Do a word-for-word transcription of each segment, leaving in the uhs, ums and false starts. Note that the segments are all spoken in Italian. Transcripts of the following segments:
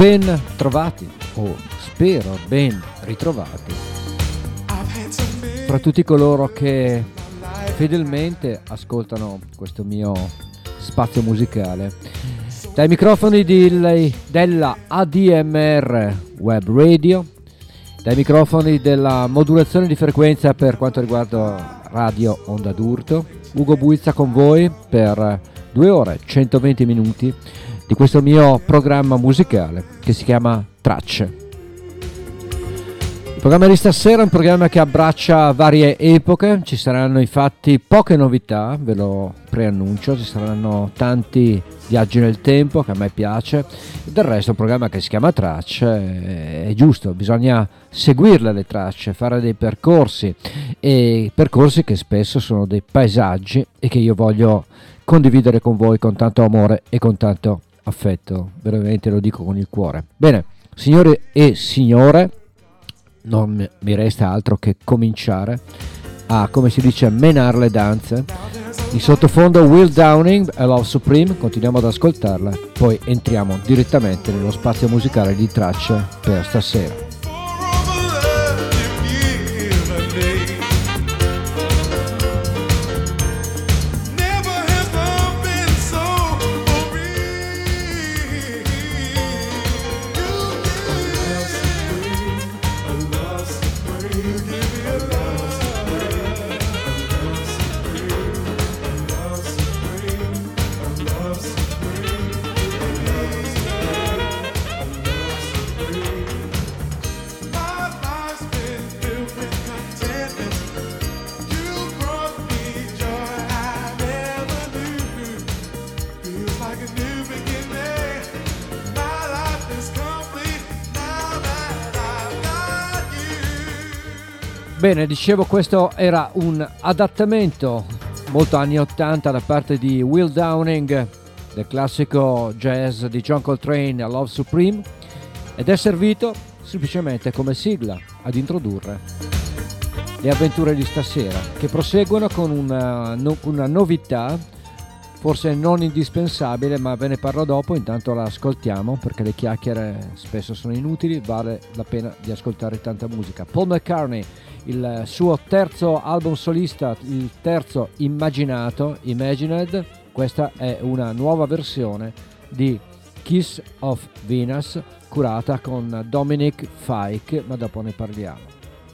ben trovati, o spero ben ritrovati, fra tutti coloro che fedelmente ascoltano questo mio spazio musicale. Dai microfoni di, della A D M R Web Radio, dai microfoni della modulazione di frequenza per quanto riguarda Radio Onda d'Urto, Ugo Buizza con voi per due ore e centoventi minuti di questo mio programma musicale che si chiama Tracce. Il programma di stasera è un programma che abbraccia varie epoche, ci saranno infatti poche novità, ve lo preannuncio, ci saranno tanti viaggi nel tempo che a me piace, del resto è un programma che si chiama Tracce, è giusto, bisogna seguirle le tracce, fare dei percorsi, e percorsi che spesso sono dei paesaggi e che io voglio condividere con voi con tanto amore e con tanto affetto, veramente lo dico con il cuore. Bene, signori e signore, non mi resta altro che cominciare a, come si dice, menare le danze. In sottofondo Will Downing e Love Supreme, continuiamo ad ascoltarla, poi entriamo direttamente nello spazio musicale di Tracce per stasera. Bene, dicevo, questo era un adattamento molto anni ottanta da parte di Will Downing del classico jazz di John Coltrane, Love Supreme, ed è servito semplicemente come sigla ad introdurre le avventure di stasera, che proseguono con una, no, una novità forse non indispensabile, ma ve ne parlo dopo. Intanto la ascoltiamo perché le chiacchiere spesso sono inutili, vale la pena di ascoltare tanta musica. Paul McCartney, il suo terzo album solista, il terzo immaginato, Imagined. Questa è una nuova versione di Kiss of Venus, curata con Dominic Fike, ma dopo ne parliamo.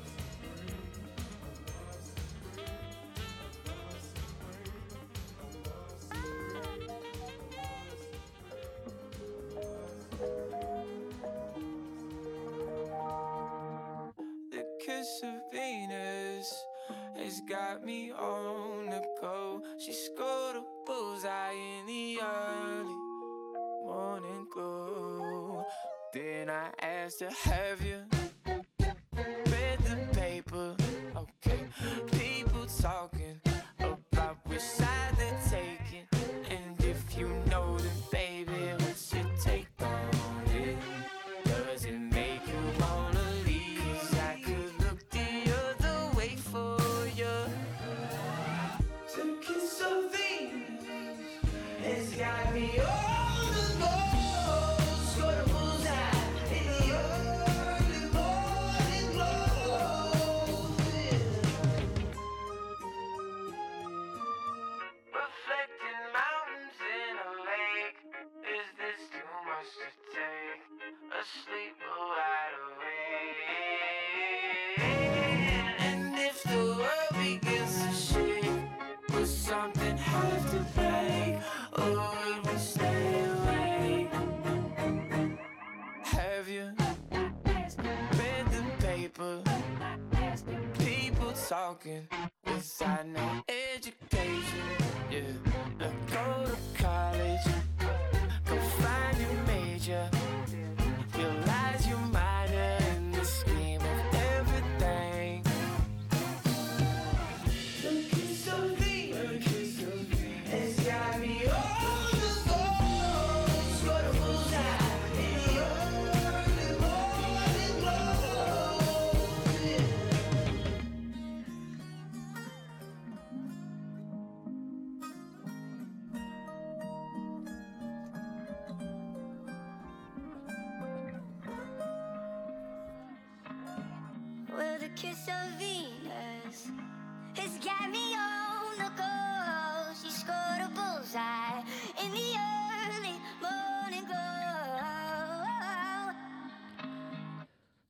Got me on the go. She scored a bullseye in the early morning glow. Then I asked her, have you read the paper? Okay, people talking about which side they're taking, and if you know them, baby, what's your take on it? Does it make you wanna leave? 'Cause I could look the other way for it's got me on the go. Sort of bullseye in the early morning glow. Reflecting mountains in a lake. Is this too much to take? Asleep or wide awake? And if the world begins to shake, will something have to break? Or will we stay awake? Have you read the paper? People talking without no education. Yeah, now go to college, go find your major, realize you're minor in the scheme of everything. It's got me on the phone, sort of bullseye in the early morning glow.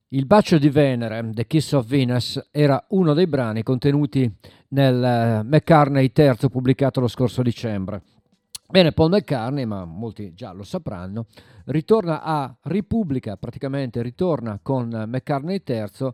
Il bacio di Venere, The Kiss of Venus, era uno dei brani contenuti nel McCartney terzo pubblicato lo scorso dicembre. Bene, Paul McCartney, ma molti già lo sapranno, ritorna a Repubblica, praticamente ritorna con McCartney terzo,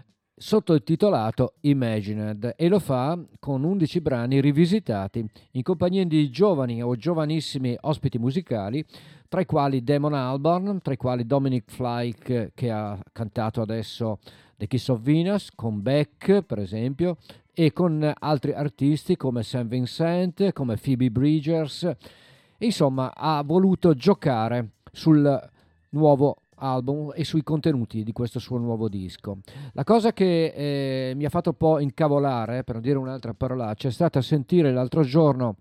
sottotitolato Imagined, e lo fa con undici brani rivisitati in compagnia di giovani o giovanissimi ospiti musicali, tra i quali Damon Albarn, tra i quali Dominic Fike, che ha cantato adesso The Kiss of Venus, con Beck per esempio, e con altri artisti come Saint Vincent, come Phoebe Bridgers. Insomma, ha voluto giocare sul nuovo album e sui contenuti di questo suo nuovo disco. La cosa che eh, mi ha fatto un po' incavolare, per non dire un'altra parolaccia, è stata sentire l'altro giorno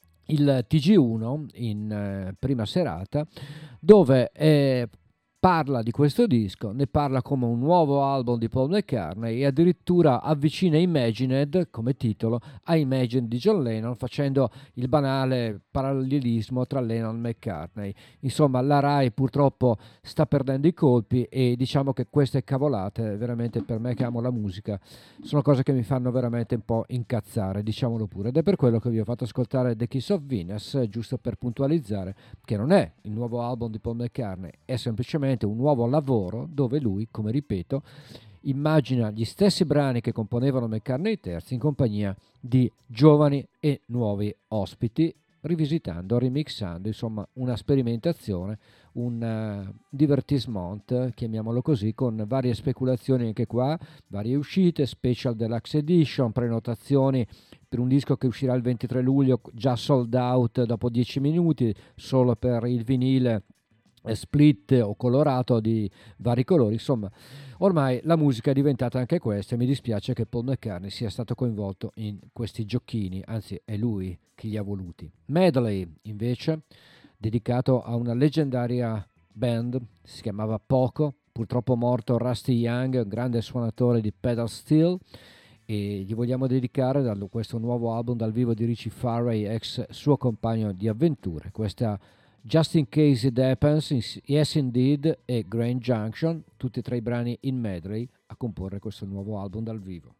il T G uno in eh, prima serata, dove eh, parla di questo disco, ne parla come un nuovo album di Paul McCartney e addirittura avvicina Imagined come titolo a Imagine di John Lennon, facendo il banale parallelismo tra Lennon e McCartney. Insomma, la Rai purtroppo sta perdendo i colpi e diciamo che queste cavolate, veramente per me che amo la musica, sono cose che mi fanno veramente un po' incazzare, diciamolo pure. Ed è per quello che vi ho fatto ascoltare The Kiss of Venus, giusto per puntualizzare che non è il nuovo album di Paul McCartney, è semplicemente un nuovo lavoro dove lui, come ripeto, immagina gli stessi brani che componevano McCartney terzo in compagnia di giovani e nuovi ospiti, rivisitando, remixando, insomma una sperimentazione, un uh, divertissement, chiamiamolo così, con varie speculazioni anche qua, varie uscite, special deluxe edition, prenotazioni per un disco che uscirà il ventitré luglio, già sold out dopo dieci minuti, solo per il vinile split o colorato di vari colori. Insomma, ormai la musica è diventata anche questa e mi dispiace che Paul McCartney sia stato coinvolto in questi giochini, anzi è lui chi li ha voluti. Medley invece, dedicato a una leggendaria band, si chiamava Poco, purtroppo morto Rusty Young, un grande suonatore di pedal steel, e gli vogliamo dedicare da questo nuovo album dal vivo di Richie Farrey, ex suo compagno di avventure, questa Just in Case It Happens, Yes Indeed e Grand Junction, tutti e tre i brani in medley a comporre questo nuovo album dal vivo.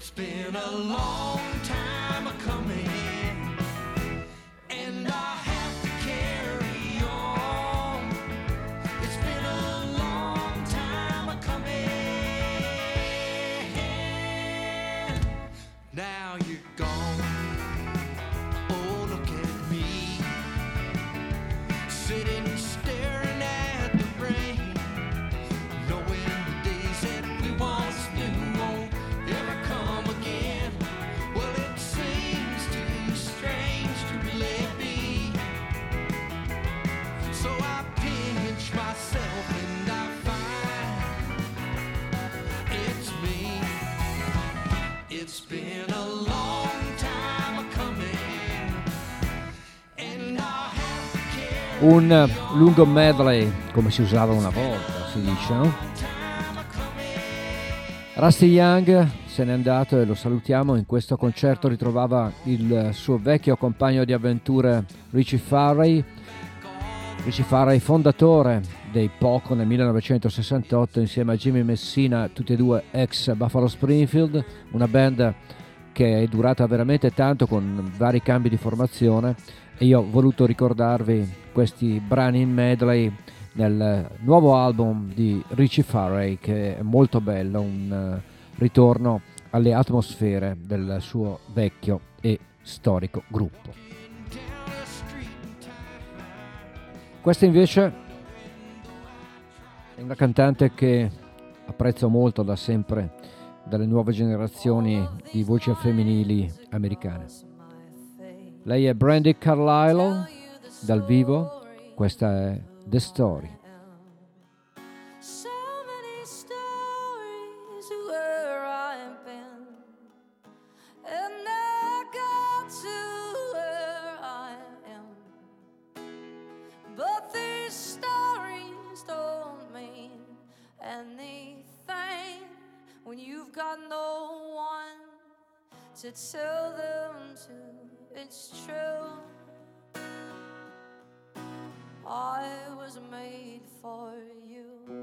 It's been a long time coming, and I have to carry on. It's been a long time coming. Now you're gone. Oh, look at me, sitting staring at the rain, knowing the days that we once knew won't ever come again. Well, it seems too strange to let be, so I pinch myself and I find it's me. It's been a long time coming, and I have to carry Un lungo medley come si usava una volta, si dice, no? Rusty Young se n'è andato e lo salutiamo. In questo concerto ritrovava il suo vecchio compagno di avventure Richie Farrey. Richie Farrey, fondatore dei Poco nel millenovecentosessantotto insieme a Jimmy Messina, tutti e due ex Buffalo Springfield, una band che è durata veramente tanto con vari cambi di formazione, e io ho voluto ricordarvi questi brani in medley nel nuovo album di Richie Farrey, che è molto bello, un uh, ritorno alle atmosfere del suo vecchio e storico gruppo. Questa invece è una cantante che apprezzo molto da sempre, dalle nuove generazioni di voci femminili americane. Lei è Brandi Carlile, dal vivo. Questa è The Story. So many stories where I've been, and I got to where I am. But these stories don't mean anything when you've got no one to tell them to. It's true, I was made for you.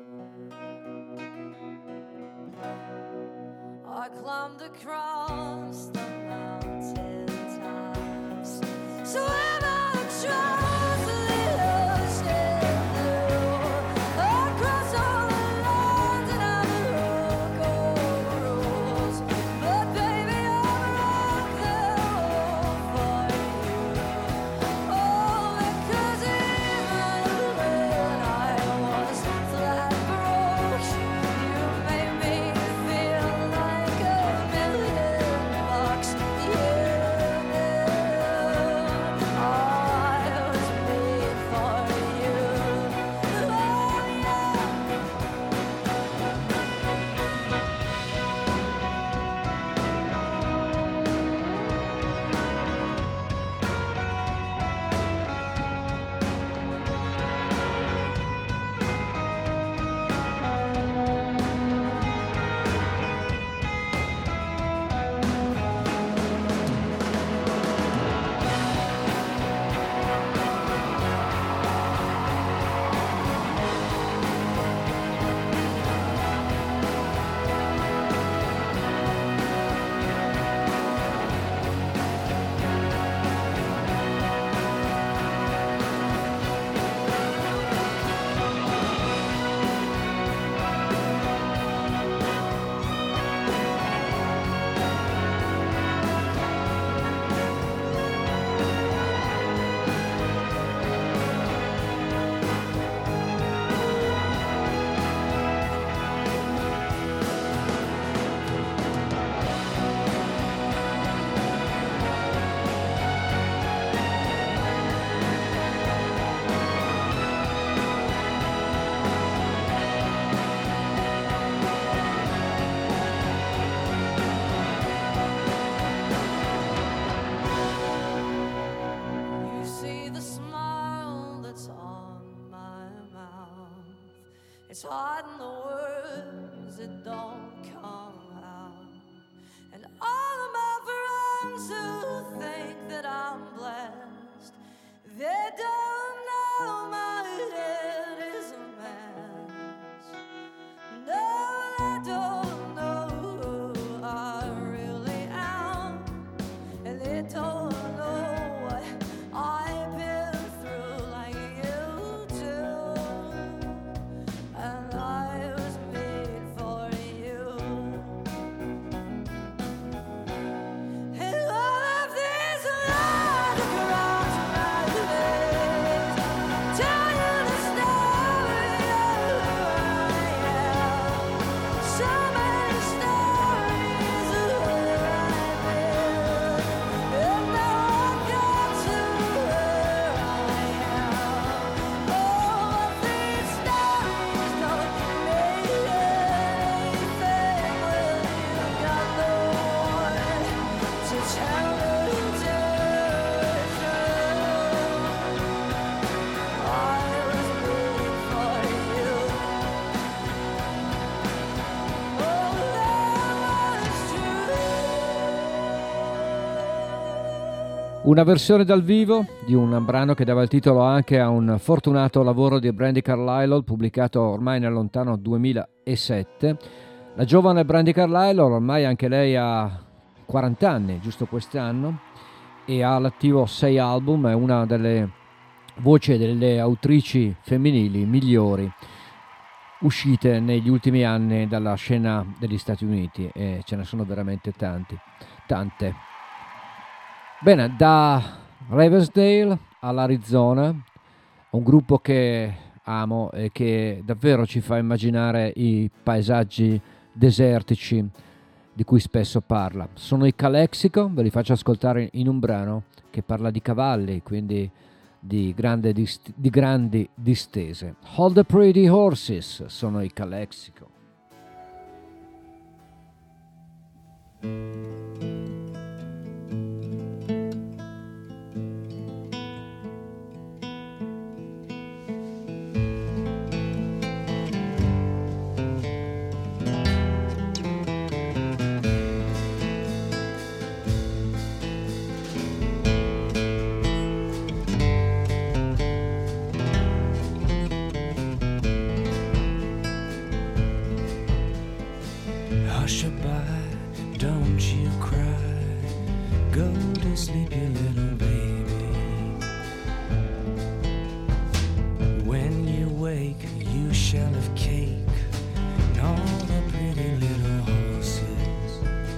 I climbed across the mountain tops, so when I tried to live, step through, across all the lines and I broke all the rules. But baby, I broke them all for you. Oh, because even when I was flat broke, you made me feel like a million bucks. It's hard in the words that don't come out. And all of my friends who think that I'm blessed, they don't know my head is a mess. No, they don't know who I really Una versione dal vivo di un brano che dava il titolo anche a un fortunato lavoro di Brandi Carlile pubblicato ormai nel lontano duemilasette. La giovane Brandi Carlile ormai anche lei ha quaranta anni, giusto quest'anno, e ha all'attivo sei album, è una delle voci e delle autrici femminili migliori uscite negli ultimi anni dalla scena degli Stati Uniti, e ce ne sono veramente tanti, tante. Bene, da Ravensdale all'Arizona, un gruppo che amo e che davvero ci fa immaginare i paesaggi desertici di cui spesso parla. Sono i Calexico, ve li faccio ascoltare in un brano che parla di cavalli, quindi di, grande dist- di grandi distese. Hold the Pretty Horses sono i Calexico. Hush-a-bye, don't you cry. Go to sleep, you little baby. When you wake, you shall have cake and all the pretty little horses.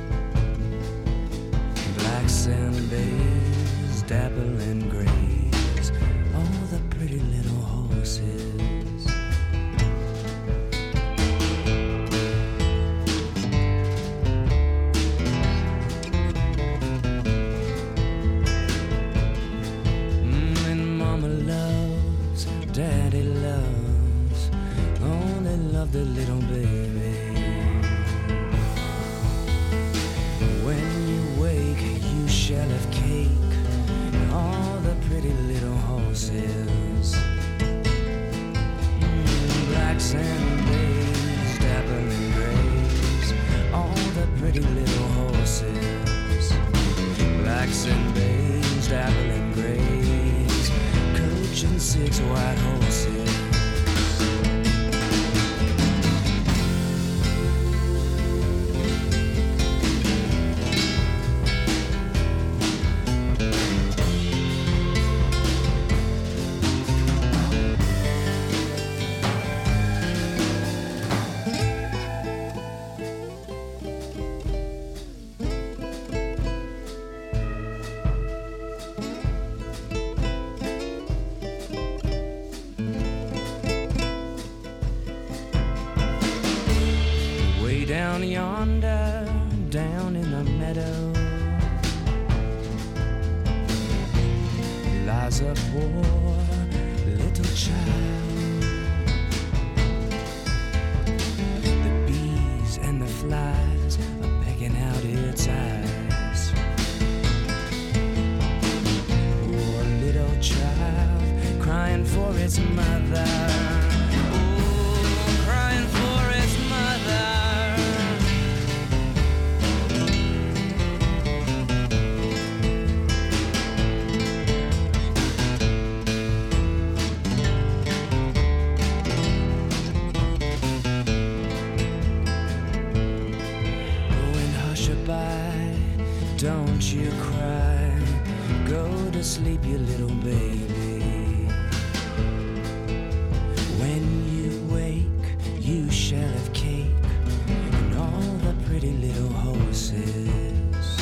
Blacks and bays, dapple and grays, all the pretty little horses. Daddy loves, only love the little baby. When you wake, you shall have cake and all the pretty little horses. Mm, blacks and bays, dapple and grays, all the pretty little horses. Blacks and bays, dapple and grays, coach and six white horses. Down yonder, down in the meadow, lies a poor little child. The bees and the flies are pecking out its eyes. Poor little child, crying for its mother. Oh, crying for its mother. Don't you cry, go to sleep, you little baby. When you wake, you shall have cake and all the pretty little horses.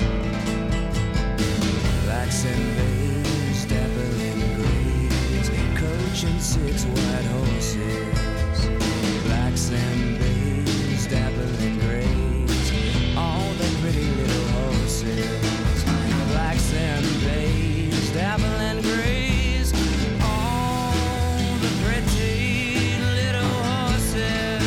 Blacks and bays, dapple and grays, coach and six white horses. Blacks and bays, dapple and grays, all the pretty little horses. Blacks and bays, dapple and grays, all the pretty little horses.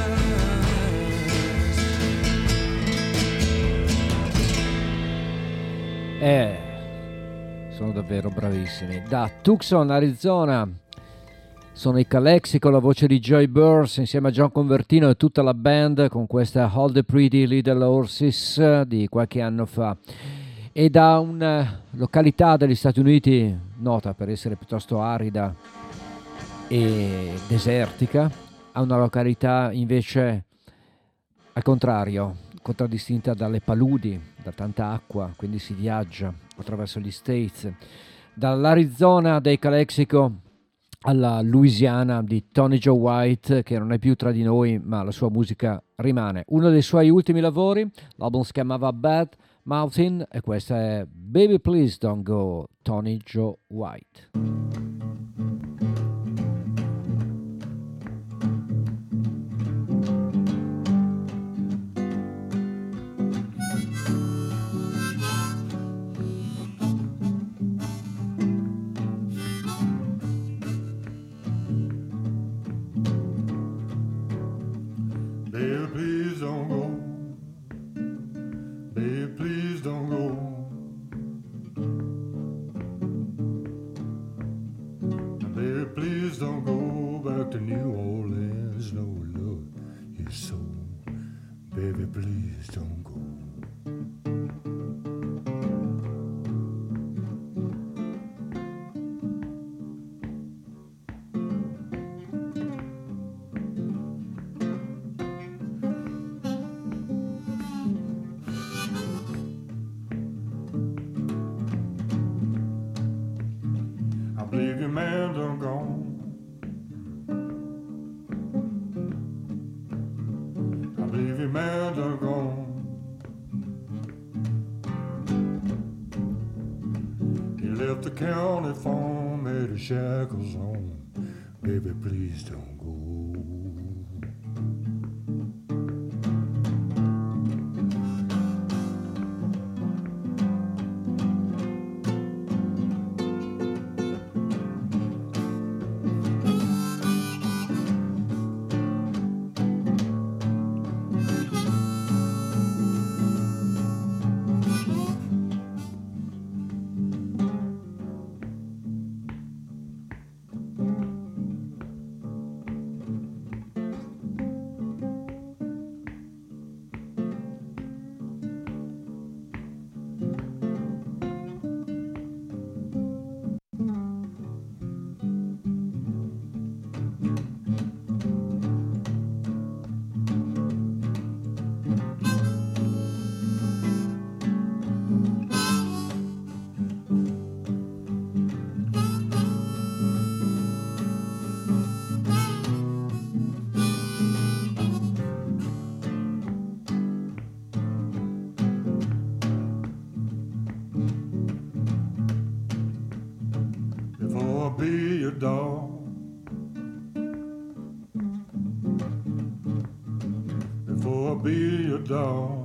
Eh, sono davvero bravissimi. Da Tucson, Arizona, sono i Calexico, la voce di Joy Burns insieme a John Convertino e tutta la band con questa Hold the Pretty Little Horses di qualche anno fa. e da una località degli Stati Uniti nota per essere piuttosto arida e desertica a una località invece al contrario, contraddistinta dalle paludi, da tanta acqua, quindi si viaggia attraverso gli States, dall'Arizona dei Calexico alla Louisiana di Tony Joe White, che non è più tra di noi, ma la sua musica rimane. Uno dei suoi ultimi lavori, l'album si chiamava Bad Mountain, e questa è Baby Please Don't Go, Tony Joe White. Baby, please don't go. Baby, please don't go. Baby, please don't go back to New Orleans. No love your soul. Baby, please don't go. I believe your man done gone. I believe your man done gone. He left the county farm, had his shackles on. Baby, please don't go. Before I be your dog, before I be your dog,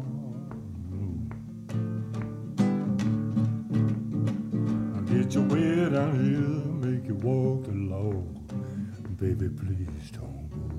I'll get you way down here, make you walk the log. Baby, please don't go.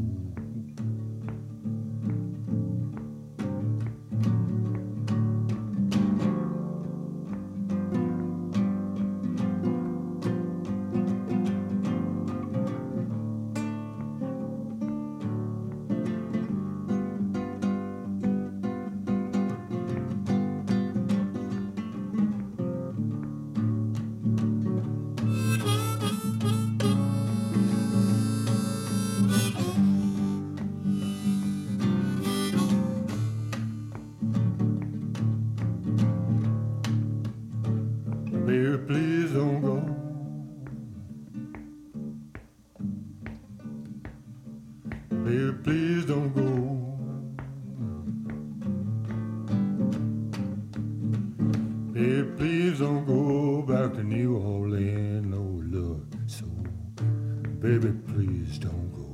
Baby, please don't go. Baby, please don't go. Baby, please don't go back to New Orleans. No love, so baby, please don't go.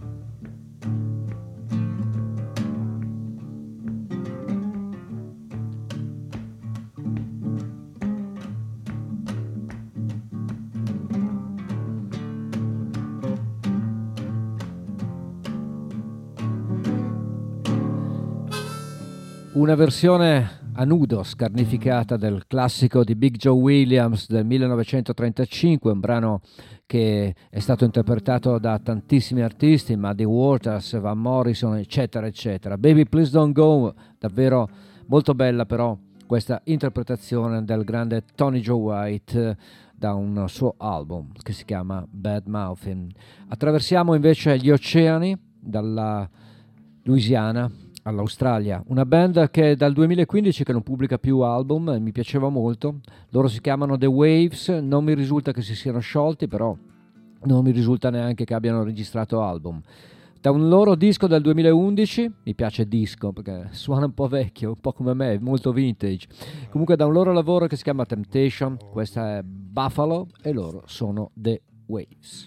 Una versione a nudo scarnificata del classico di Big Joe Williams del millenovecentotrentacinque, un brano che è stato interpretato da tantissimi artisti, Muddy Waters, Van Morrison, eccetera eccetera. Baby Please Don't Go, davvero molto bella, però questa interpretazione del grande Tony Joe White da un suo album che si chiama Bad Mouthin'. Attraversiamo invece gli oceani dalla Louisiana all'Australia, una band che dal duemilaquindici che non pubblica più album, e mi piaceva molto. Loro si chiamano The Waves, non mi risulta che si siano sciolti, però non mi risulta neanche che abbiano registrato album. Da un loro disco del duemilaundici, mi piace disco perché suona un po' vecchio, un po' come me, molto vintage. Comunque da un loro lavoro che si chiama Temptation, questa è Buffalo e loro sono The Waves.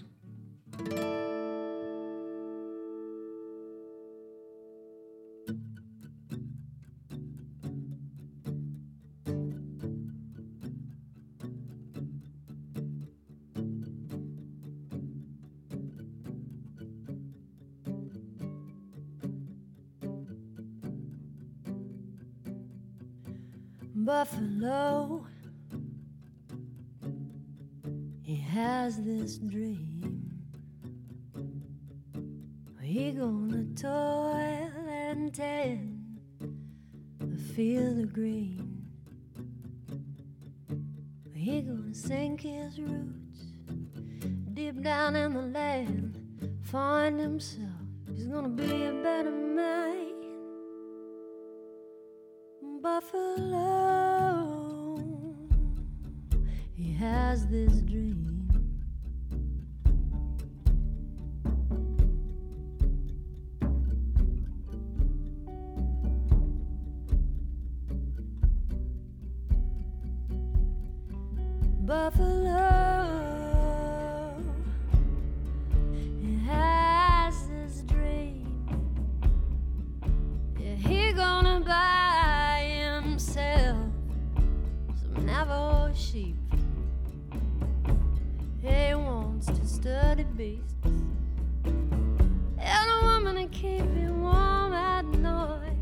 Buffalo, he has this dream. He gonna toil and tend the field of green. He gonna sink his roots deep down in the land, find himself. He's gonna be a better man. Buffalo, he has this dream. Buffalo, he has this dream. Yeah, he gonna buy himself some Navajo sheep. He wants to study beasts and a woman to keep him warm at night.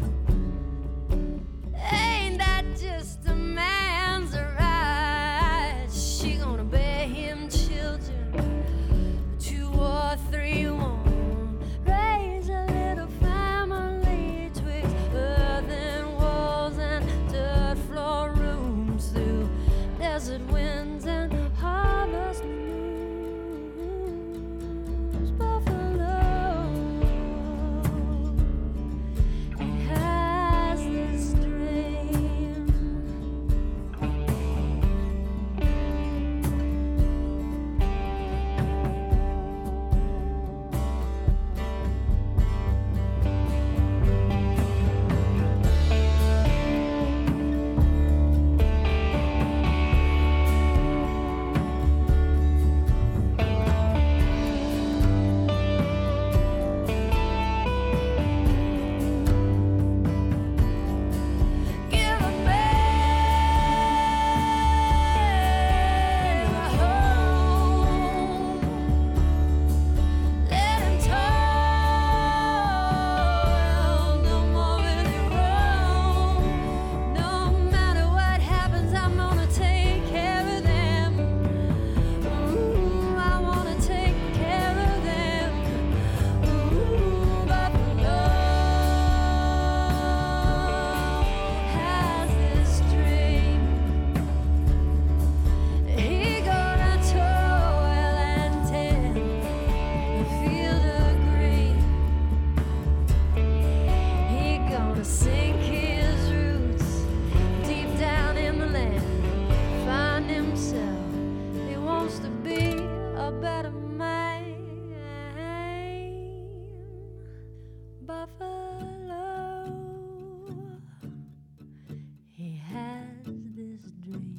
Ain't that just a man's right? She gonna bear him children, two or three, won't raise a little family twixt earthen walls and dirt floor rooms, through desert winds and harvest moons. Buffalo, he has this dream. Give a man a home, let him toil, no more will he roam. No matter what happens, I'm gonna take care of them. Ooh, I wanna take care of them. Ooh, Buffalo has this dream. He gonna toil and tend the field of green. He gonna sink his roots deep down in the land, find himself. He wants to be a better man. Buffalo, he has this dream.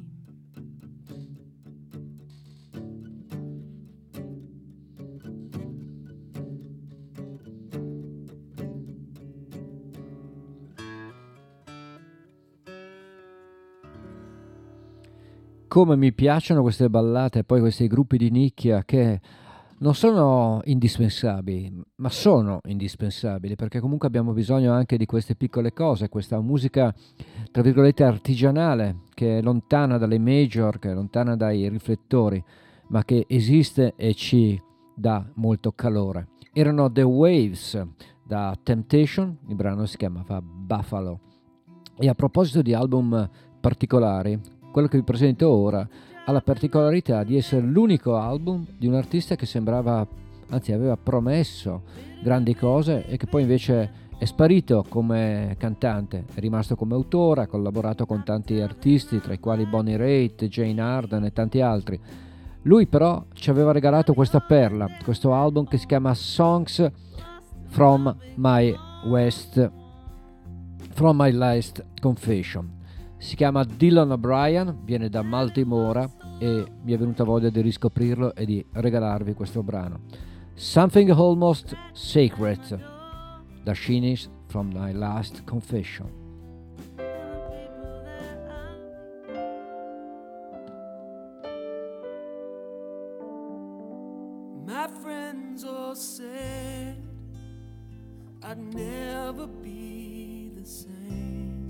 Come mi piacciono queste ballate e poi questi gruppi di nicchia che non sono indispensabili, ma sono indispensabili, perché comunque abbiamo bisogno anche di queste piccole cose, questa musica tra virgolette artigianale che è lontana dalle major, che è lontana dai riflettori, ma che esiste e ci dà molto calore. Erano The Waves da Temptation, il brano si chiamava Buffalo. E a proposito di album particolari, quello che vi presento ora ha la particolarità di essere l'unico album di un artista che sembrava, anzi aveva promesso grandi cose e che poi invece è sparito come cantante, è rimasto come autore, ha collaborato con tanti artisti, tra i quali Bonnie Raitt, Jane Arden e tanti altri. Lui però ci aveva regalato questa perla, questo album che si chiama Songs from My West, from My Last Confession. Si chiama Dylan O'Brien, viene da Baltimora e mi è venuta voglia di riscoprirlo e di regalarvi questo brano. Something Almost Sacred, da Shinies from My Last Confession. My friends all said I'd never be the same.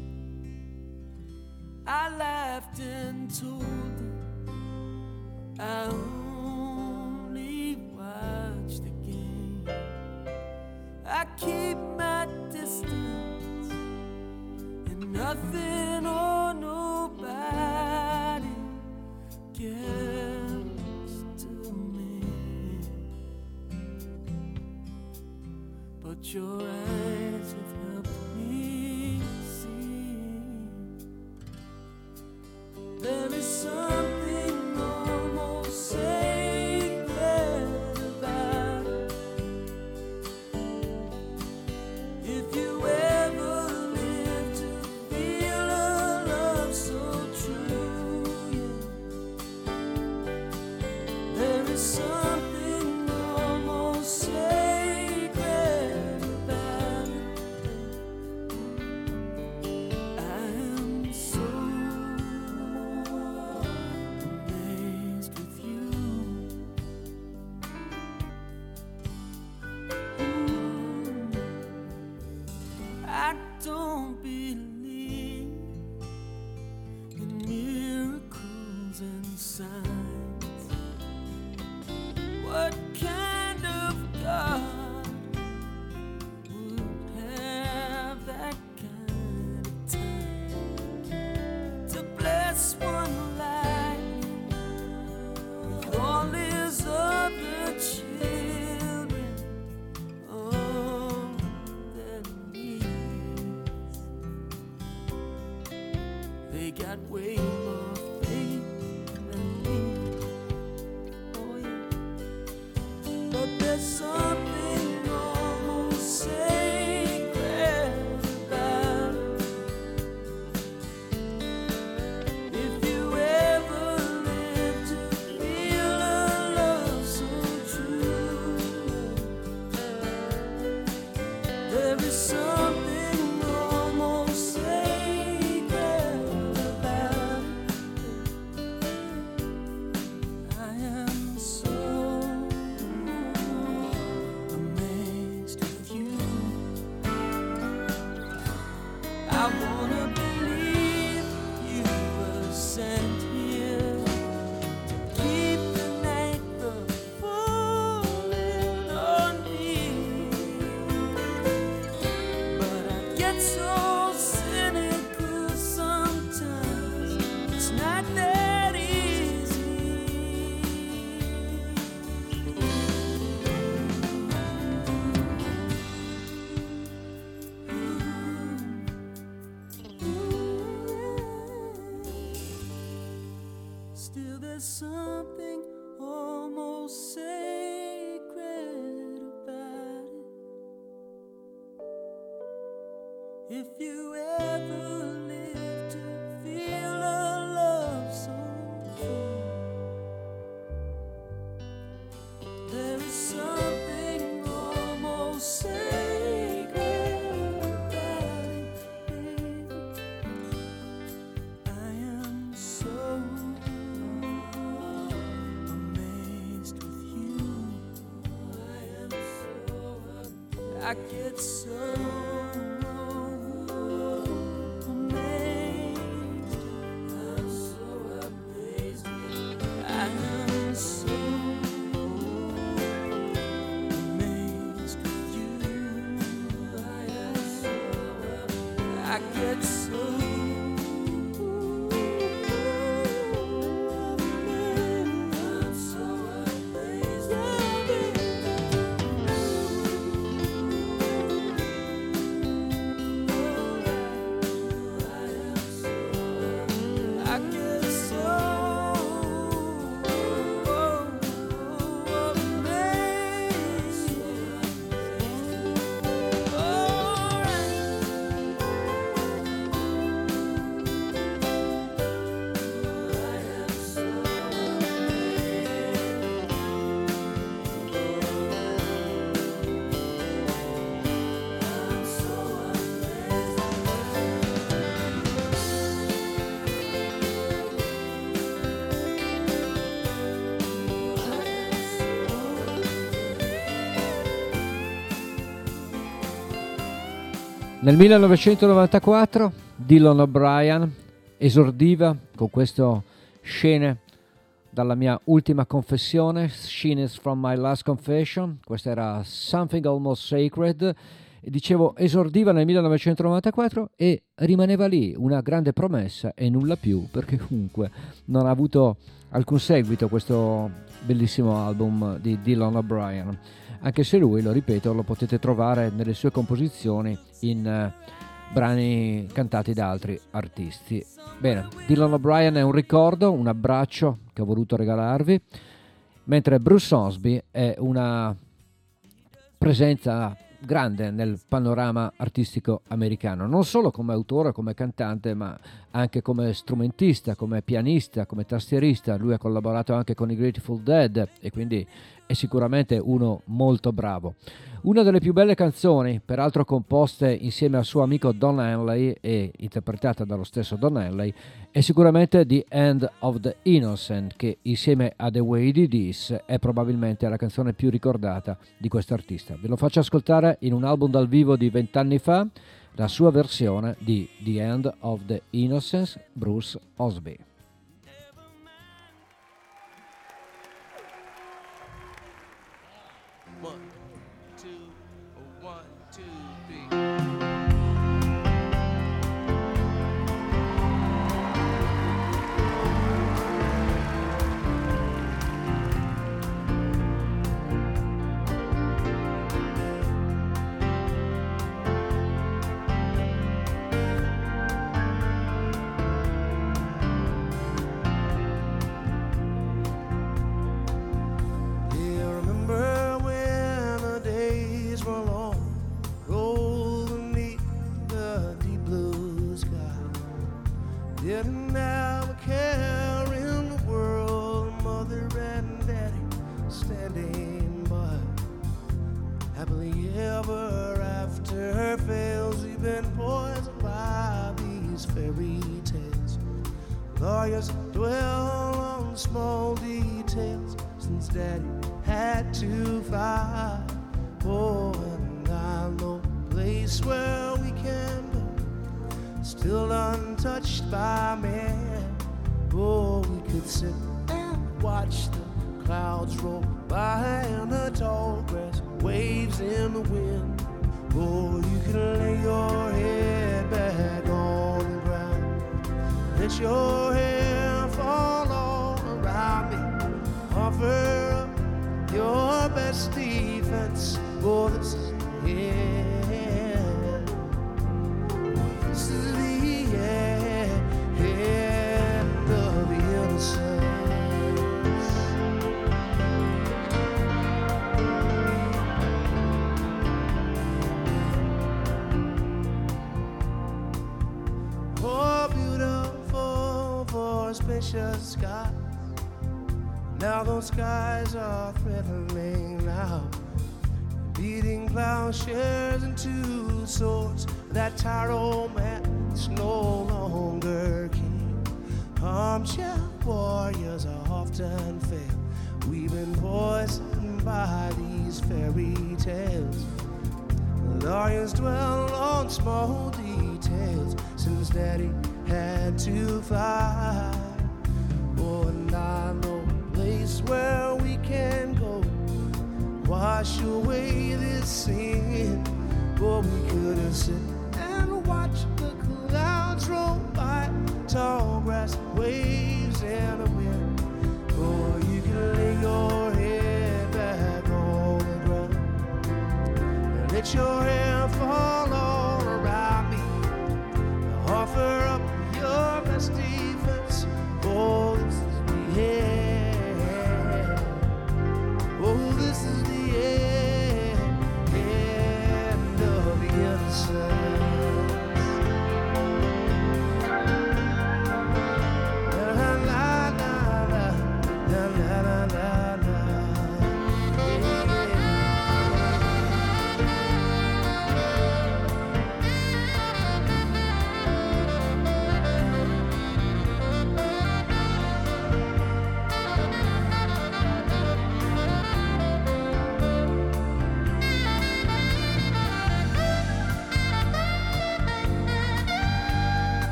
I laughed and told them I only watched the game. I keep my distance and nothing or nobody gets to me. But your eyes have helped me see there is something almost sacred about it. If you ever live to feel a love so true, yeah, there is something almost sacred about it. I am so amazed with you. Mm. I don't believe in miracles and signs. What kind of God would have that kind of time to bless one life with all his other children on their knees? They got way more faith than me. Oh yeah. But there's something almost sacred about it. If you ever live to feel a love so true, there is something almost sacred about it. I am so amazed with you. I wanna believe you were sent here to keep the night from falling on me. But I get so cynical sometimes. It's not that easy. Still there's something almost sacred about it. If you ever live to feel a love so true, there is something almost sacred about it, baby. I am so amazed with you. I am so I get so amazed. I'm so amazed. I am so amazed with you. I am so I I get so I'm so amazed at it. I get so Nel millenovecentonovantaquattro Dylan O'Brien esordiva con questo Scene dalla mia ultima confessione, Scenes from my last confession. Questa era Something Almost Sacred, e dicevo esordiva nel millenovecentonovantaquattro e rimaneva lì, una grande promessa e nulla più, perché comunque non ha avuto alcun seguito questo bellissimo album di Dylan O'Brien, anche se lui, lo ripeto, lo potete trovare nelle sue composizioni in uh, brani cantati da altri artisti. Bene, Dylan O'Brien è un ricordo, un abbraccio che ho voluto regalarvi, mentre Bruce Osby è una presenza grande nel panorama artistico americano, non solo come autore, come cantante, ma anche come strumentista, come pianista, come tastierista. Lui ha collaborato anche con i Grateful Dead e quindi è sicuramente uno molto bravo. Una delle più belle canzoni, peraltro composte insieme al suo amico Don Henley e interpretata dallo stesso Don Henley, è sicuramente The End of the Innocent, che insieme a The Way It Is è probabilmente la canzone più ricordata di quest'artista. Ve lo faccio ascoltare in un album dal vivo di vent'anni fa, la sua versione di The End of the Innocence, Bruce Osby. One, two, one, two, three. Yeah, remember when the days were long, rolled beneath the deep blue sky. Didn't have a care in the world, mother and daddy standing by. Happily ever after fails, we've been poisoned by these fairy tales. Lawyers dwell on small details, since daddy had to fly. Oh, and I know a place where we can go, still untouched by man. Oh, we could sit and watch the clouds roll by and the tall grass waves in the wind. Oh, you can lay your head back on the ground, let your hair fall all around me, offer up your best defense. Oh, this is the end. This is the end, end of the innocence. Oh, beautiful for a spacious sky. Now those skies are threatening now. Beating plowshares and two swords. That tired old man is no longer king. Armchair warriors are often fail. We've been poisoned by these fairy tales. Lawyers dwell on small details, since daddy had to fly. Oh, and I know a place where we can go, wash away this sin. Oh, we could have sit and watch the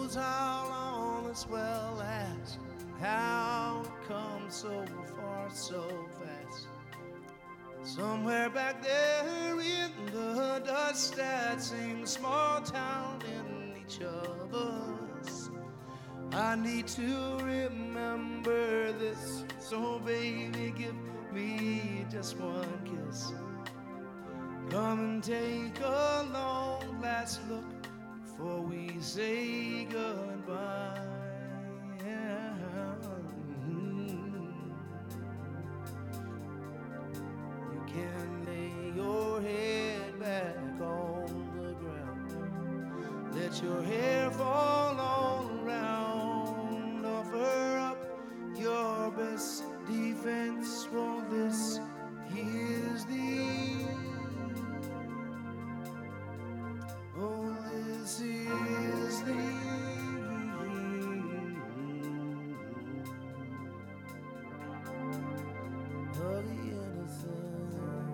knows how long this will last, how it comes so far so fast. Somewhere back there in the dust, that same small town in each of us, I need to remember this. So baby, give me just one kiss. Come and take a long last look before we say goodbye. You can lay your head back on the ground, let your hair fall all around, offer up your best defense. For this is the, oh, this is the of the innocence.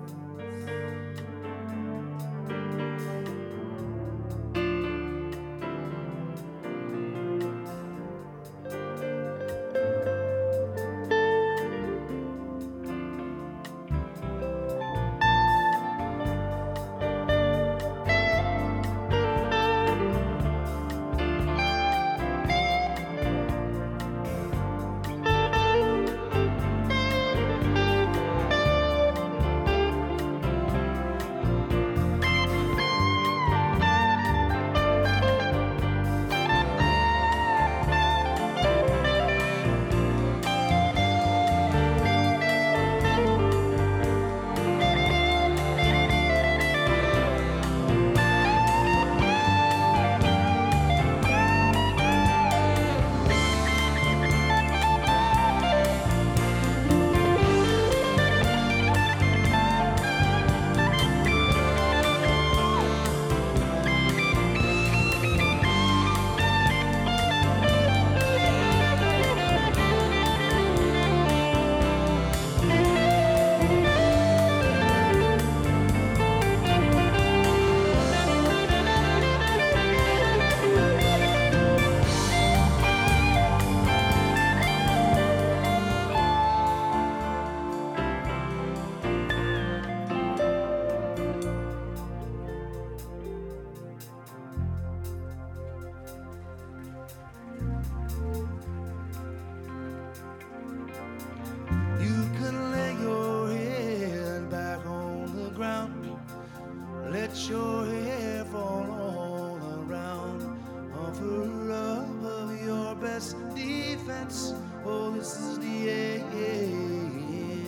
You can lay your head back on the ground, let your hair fall all around, offer up of your best defense. Oh, this is the end.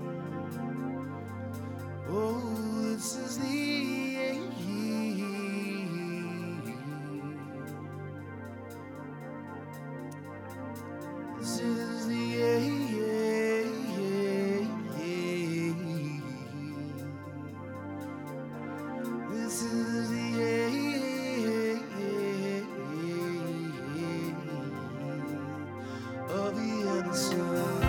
Oh, this is the end. This is the end. This is the end of the innocent.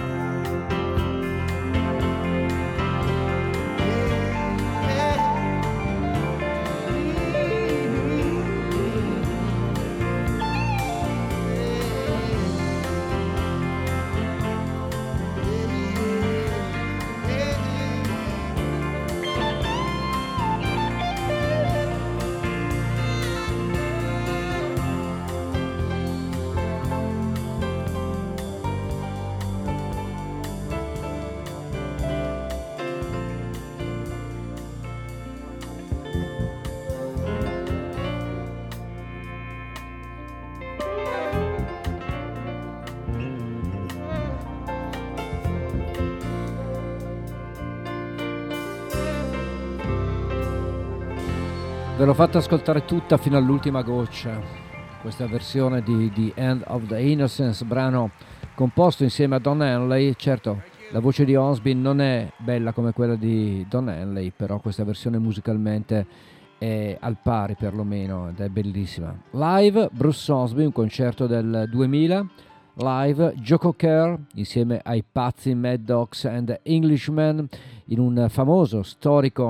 Ve l'ho fatta ascoltare tutta fino all'ultima goccia, questa versione di The End of the Innocence, brano composto insieme a Don Henley. Certo, la voce di Osby non è bella come quella di Don Henley, però questa versione musicalmente è al pari perlomeno ed è bellissima. Live Bruce Osby, un concerto del duemila, live Joe Cocker insieme ai pazzi Mad Dogs and the Englishmen in un famoso, storico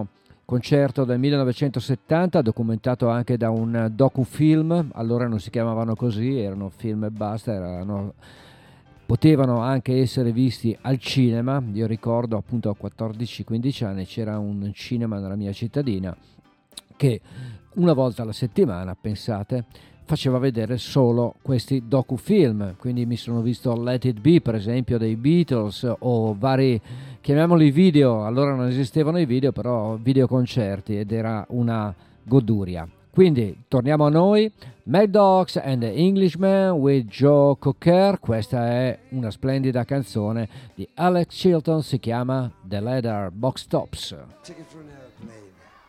concerto del millenovecentosettanta, documentato anche da un docufilm. Allora non si chiamavano così, erano film e basta, erano, potevano anche essere visti al cinema. Io ricordo appunto a quattordici quindici anni c'era un cinema nella mia cittadina che una volta alla settimana, pensate, faceva vedere solo questi docufilm, quindi mi sono visto Let It Be per esempio dei Beatles o vari, chiamiamoli video, allora non esistevano i video, però videoconcerti, ed era una goduria. Quindi torniamo a noi, Mad Dogs and the Englishman with Joe Cocker. Questa è una splendida canzone di Alex Chilton, si chiama The Leather Box Tops. Take it from an airplane.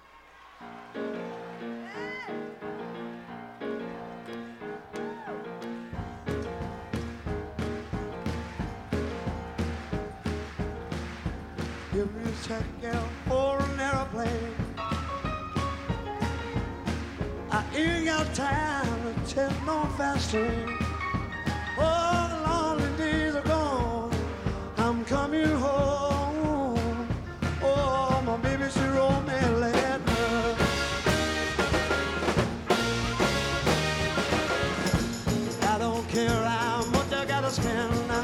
Give me a ticket for an airplane. I ain't got time to tell no fast train. Oh, the lonely days are gone. I'm coming home. Oh, my baby, she wrote me a letter. I don't care how much I gotta spend now.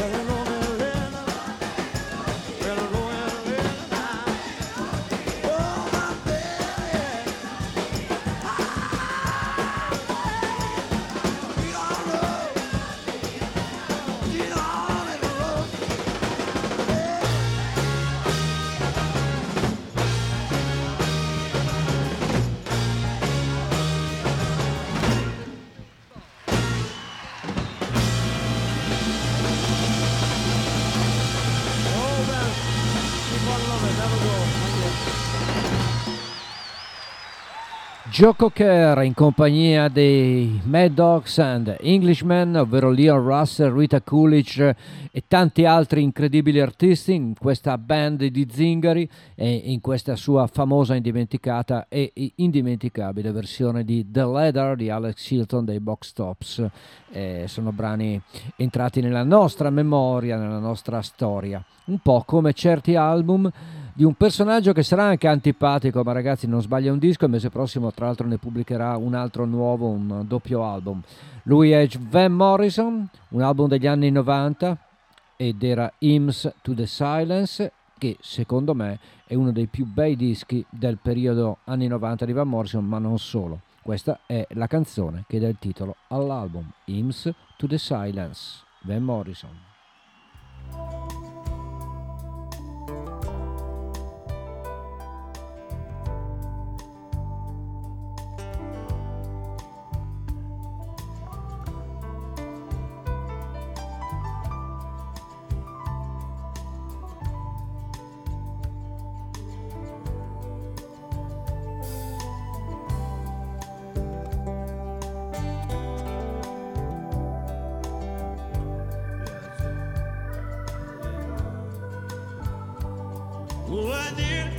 Oh Joe Cocker in compagnia dei Mad Dogs and Englishmen, ovvero Leon Russell, Rita Coolidge e tanti altri incredibili artisti in questa band di zingari e in questa sua famosa, indimenticata e indimenticabile versione di The Leather di Alex Hilton dei Box Tops. Eh, sono brani entrati nella nostra memoria, nella nostra storia, un po' come certi album di un personaggio che sarà anche antipatico, ma ragazzi, non sbaglia un disco. Il mese prossimo tra l'altro ne pubblicherà un altro nuovo, un doppio album. Lui è Van Morrison, un album degli anni novanta ed era Hymns to the Silence, che secondo me è uno dei più bei dischi del periodo anni novanta di Van Morrison, ma non solo. Questa è la canzone che dà il titolo all'album, Hymns to the Silence, Van Morrison. Oh, I did.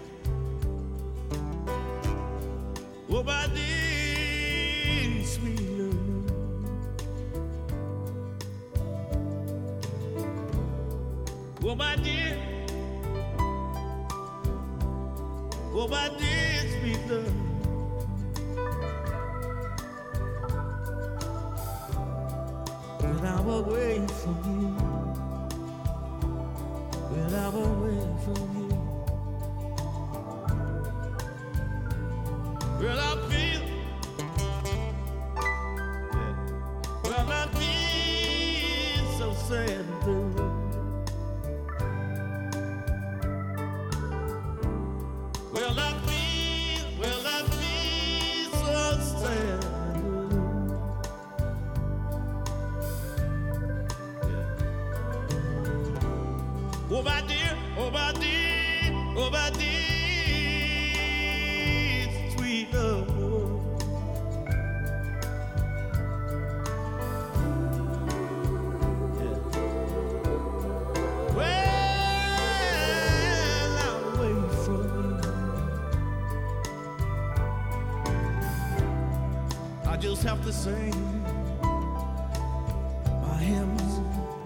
Oh, I did, sweet love. Oh, I did. Oh, I did, sweet love. When I'm away from you, when I'm away from you. Well, I feel, well, I feel so sad and blue. Well, I feel, well, I feel so sad and blue. Oh, my dear, oh, my dear, oh, my dear. Just have to sing my hymns,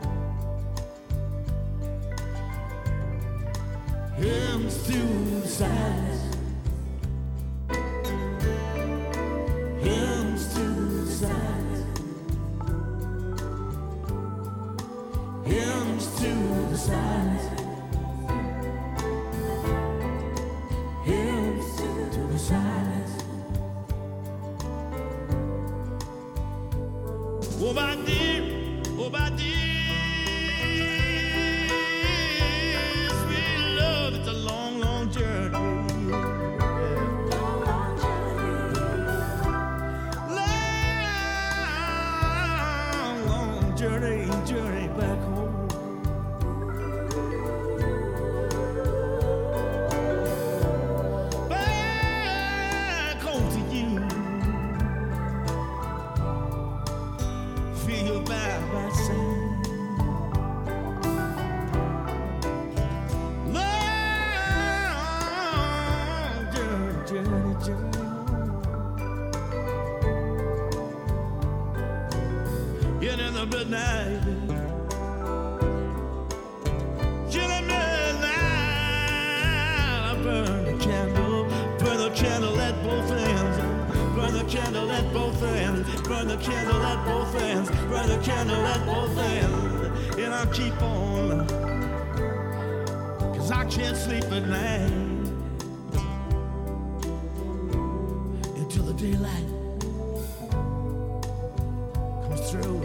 hymns to silence, hymns to silence, hymns to the silence, hymns to the silence. Oh, my dear, oh, my dear, sweet love, it's a long, long journey. Long, long journey. Long, long journey, journey back home. Back home to you. Feel by my side, long journey, journey, journey home. Yet in the midnight, till the midnight, I burn the candle, burn the candle at both ends. Burn the candle at both ends, burn the candle at both ends, burn the candle at both ends, and I'll keep on, cause I can't sleep at night, until the daylight comes through.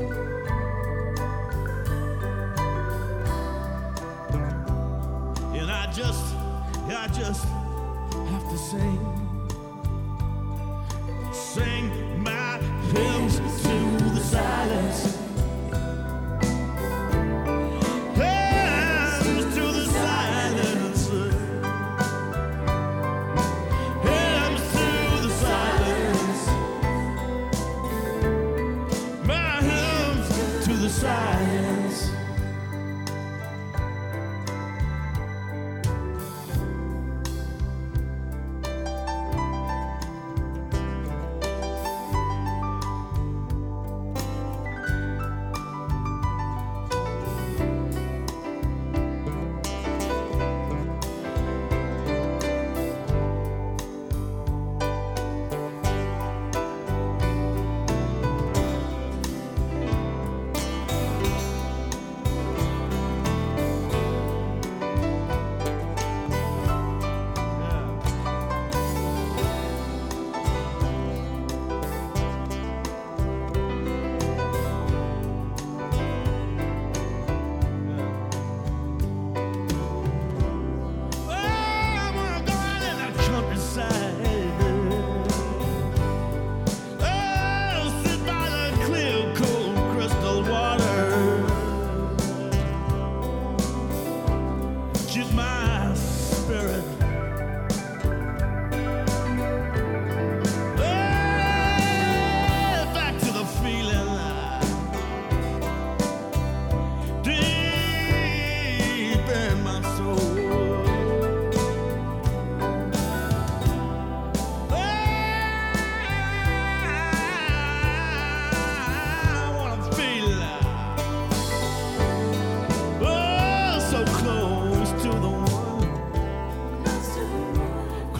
And I just, I just have to sing. Sing my hymns to the silence. Hymns to the silence. Hymns to the silence.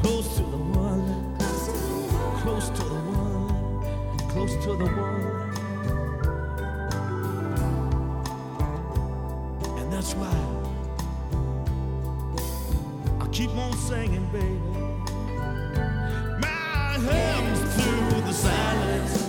Close to the one, close to the one, close to the one. And that's why I keep on singing, baby. My hymns through the silence.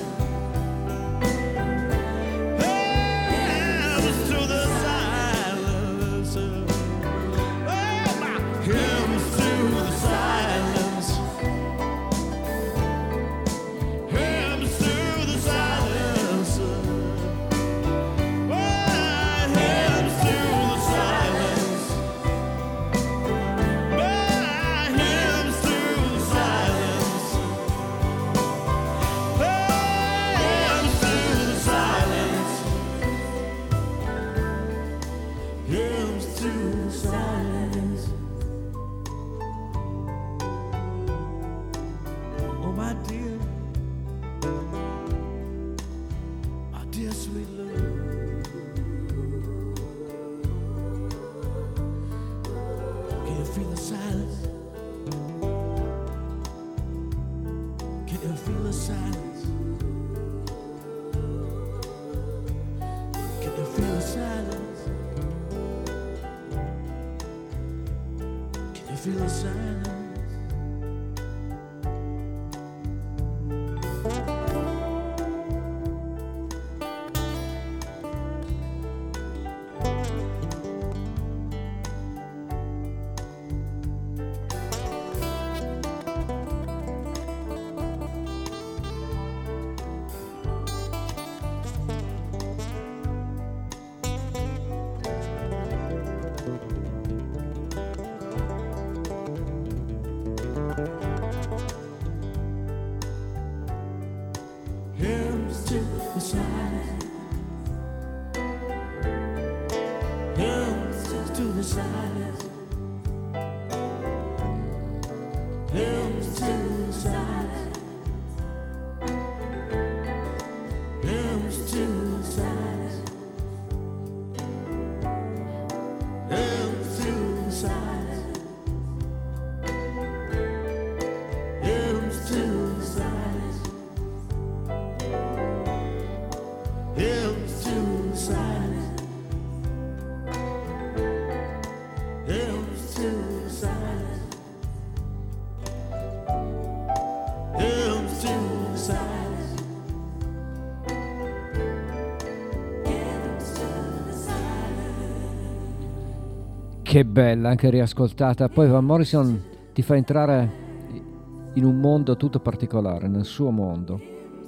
Che bella, anche riascoltata. Poi Van Morrison ti fa entrare in un mondo tutto particolare, nel suo mondo,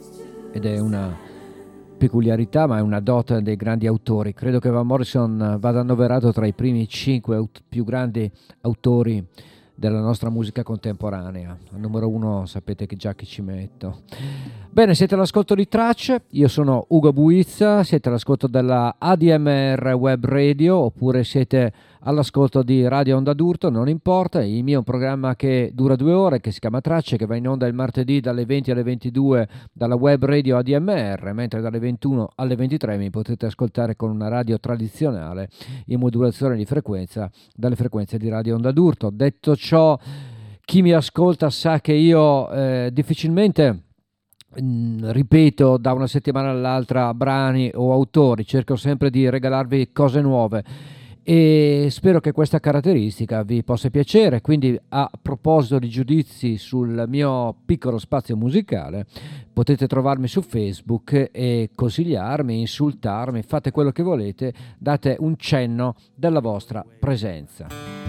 ed è una peculiarità, ma è una dote dei grandi autori. Credo che Van Morrison vada annoverato tra i primi cinque aut- più grandi autori della nostra musica contemporanea. Al numero uno sapete che già che ci metto. Bene, siete all'ascolto di Tracce, io sono Ugo Buizza, siete all'ascolto della A D M R Web Radio, oppure siete all'ascolto di Radio Onda d'Urto, non importa. Il mio è un programma che dura due ore, che si chiama Tracce, che va in onda il martedì dalle venti alle ventidue dalla Web Radio A D M R, mentre dalle ventuno alle ventitré mi potete ascoltare con una radio tradizionale in modulazione di frequenza dalle frequenze di Radio Onda d'Urto. Detto ciò, chi mi ascolta sa che io eh, difficilmente mh, ripeto da una settimana all'altra brani o autori, cerco sempre di regalarvi cose nuove e spero che questa caratteristica vi possa piacere. Quindi, a proposito di giudizi sul mio piccolo spazio musicale, potete trovarmi su Facebook e consigliarmi, insultarmi, fate quello che volete, date un cenno della vostra presenza.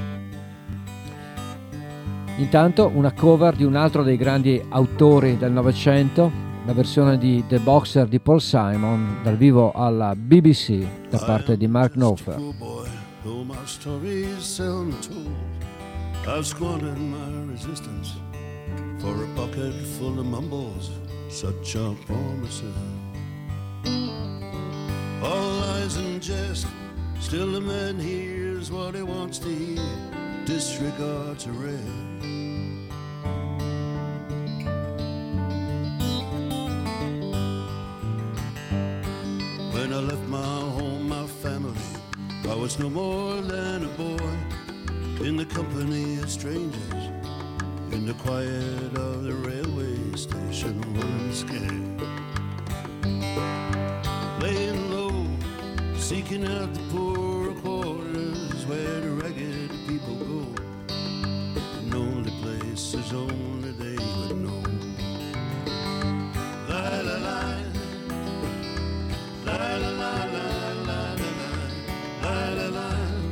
Intanto una cover di un altro dei grandi autori del Novecento, la versione di The Boxer di Paul Simon dal vivo alla B B C da parte di Mark Knopfler. Though my story is seldom told, I've squandered my resistance for a pocket full of mumbles, such are promises. All lies and jest, still the man hears what he wants to hear, disregards a red. When I left my home, my family, I was no more than a boy in the company of strangers in the quiet of the railway station running scared. Laying low, seeking out the poor quarters where the ragged people go. An only place is only they would know. La la la, la la la la la la la la la.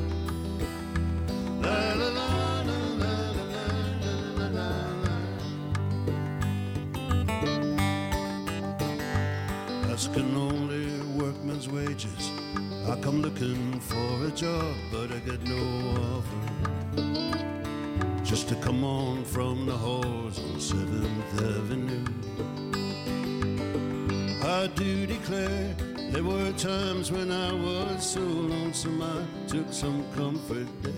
Asking only workman's wages. I come looking for a job, but I get no offer. Just to come on from the halls on seventh Avenue. I do declare there were times when I was so lonesome I took some comfort there.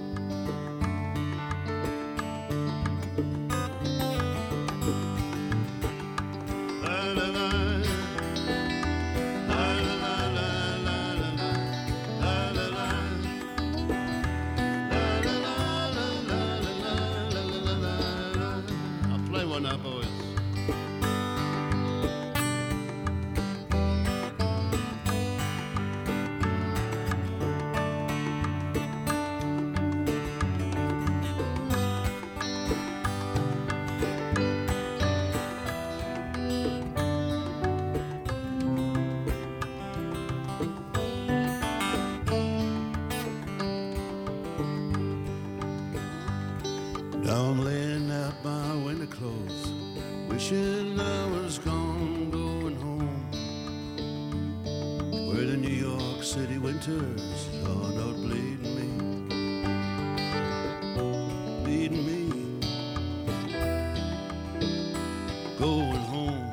Now I'm laying out my winter clothes, wishing I was gone, going home, where the New York City winters are not bleeding me, bleeding me, going home.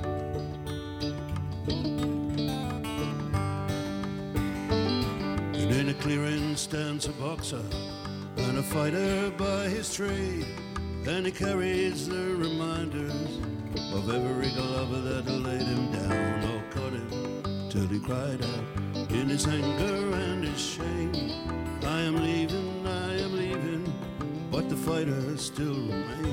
And in a clearing stands a boxer and a fighter by his trade, and he carries the reminders of every glover that laid him down or cut him till he cried out in his anger and his shame, I am leaving, I am leaving, but the fighter still remains.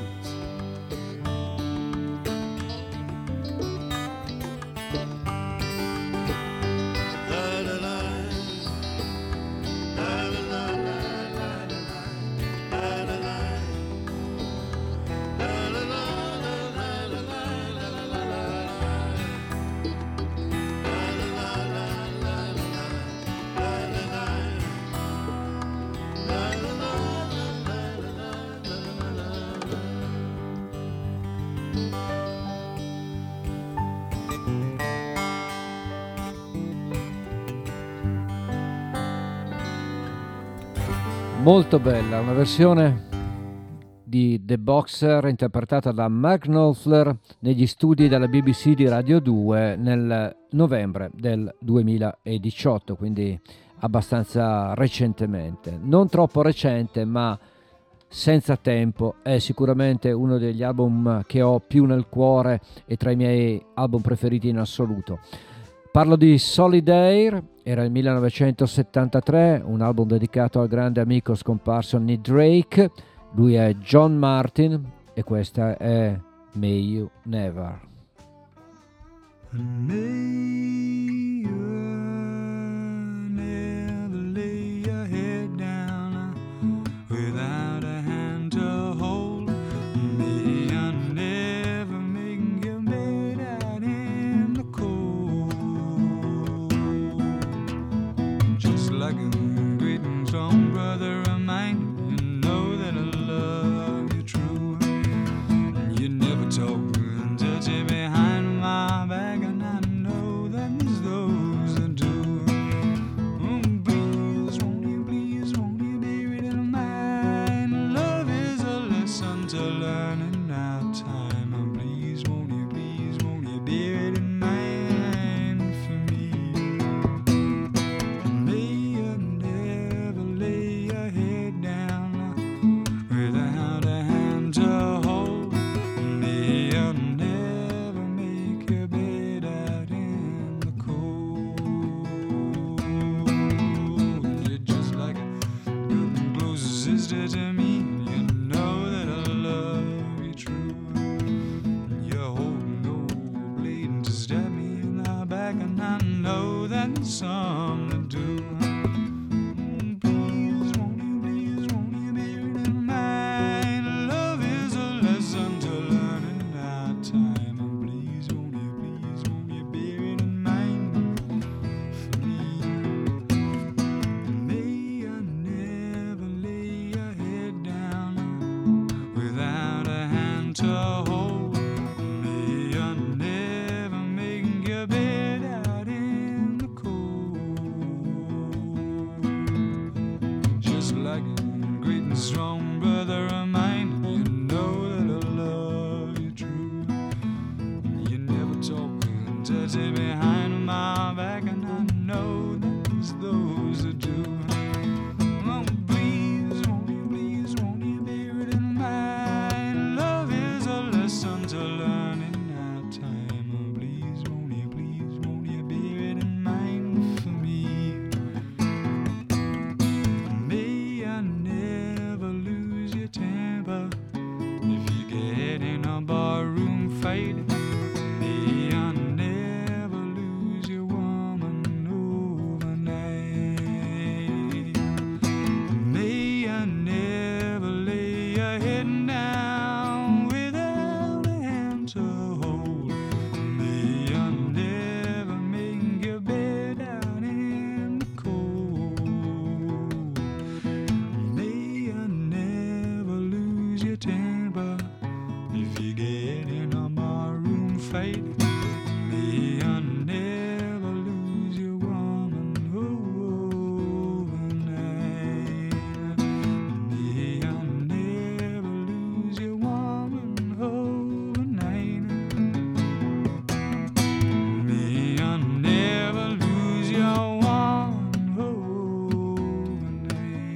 Molto bella, una versione di The Boxer interpretata da Mark Knopfler negli studi della B B C di Radio due nel novembre del duemiladiciotto, quindi abbastanza recentemente. Non troppo recente, ma senza tempo. È sicuramente uno degli album che ho più nel cuore e tra i miei album preferiti in assoluto. Parlo di Solid Air, era il millenovecentosettantatré, un album dedicato al grande amico scomparso Nick Drake. Lui è John Martin e questa è May You Never. May you never lay your head down without a hand to hold. May you never make your bed out in the cold. Just like a great and strong brother of mine, you know that I love you true. You never talk and touch it behind my back, and I know that it's those that do. Oh, please, won't you, please, won't you be ready to mine? Love is a lesson to learn in our time. Oh, please, won't you, please, won't you be ready to mine for me? May you never lay your head down without a hand to hold. May you never make your bed out in the cold. You're just like a good and close sister to me. You know that I love lesson to learn in our time. And please, won't you, please, won't you bear it in mind for me? May you never lay your head down without a hand to hold. May you never make your bed out in the cold. Just like a great and strong brother of mine, you know that I love you true. You never talk and touch it behind my back, and I know there's those that do. Oh, please, won't you, please, won't you bear it in mind? Love is a lesson to learn in our time. Oh, please, won't you, please, won't you bear it in mind for me? May you never lose your temper if you get in a barroom fight. May you never lose your woman overnight. May you never lay your head down without a hand to hold. May you never make your bed out in the cold. May you never lose your temper if you get in a barroom fight. May you never lose your woman overnight. May you never lose your woman overnight. May you never lose your woman overnight.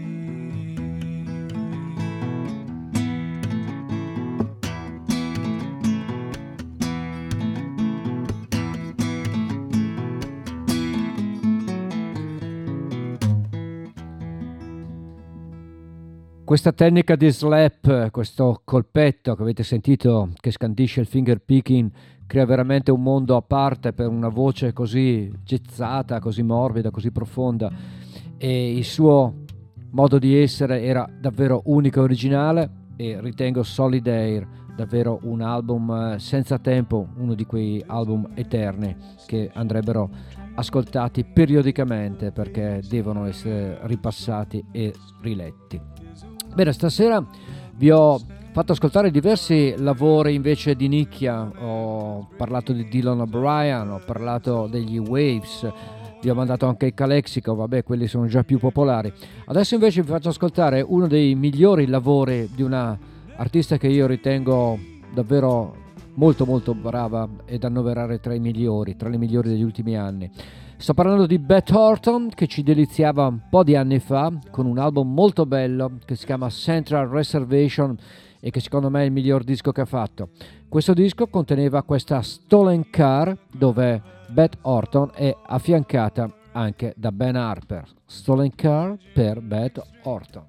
Questa tecnica di slap, questo colpetto che avete sentito che scandisce il finger picking, crea veramente un mondo a parte per una voce così gezzata, così morbida, così profonda, e il suo modo di essere era davvero unico e originale, e ritengo Solid Air davvero un album eh, senza tempo, uno di quei album eterni che andrebbero ascoltati periodicamente perché devono essere ripassati e riletti. Bene, stasera vi ho fatto ascoltare diversi lavori invece di nicchia. Ho parlato di Dylan O'Brien, ho parlato degli Waves, vi ho mandato anche il Calexico, vabbè, quelli sono già più popolari. Adesso invece vi faccio ascoltare uno dei migliori lavori di una artista che io ritengo davvero molto molto brava e da annoverare tra i migliori, tra le migliori degli ultimi anni. Sto parlando di Beth Orton, che ci deliziava un po' di anni fa con un album molto bello che si chiama Central Reservation e che secondo me è il miglior disco che ha fatto. Questo disco conteneva questa Stolen Car dove Beth Orton è affiancata anche da Ben Harper. Stolen Car per Beth Orton.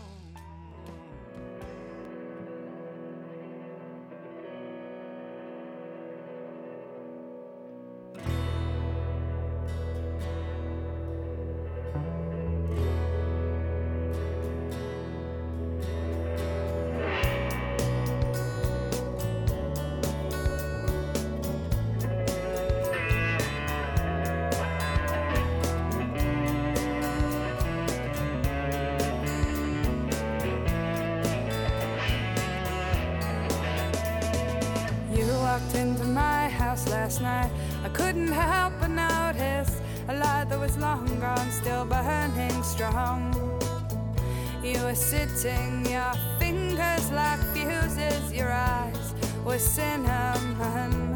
Last night I couldn't help but notice a light that was long gone, still burning strong. You were sitting, your fingers like fuses, your eyes were cinnamon.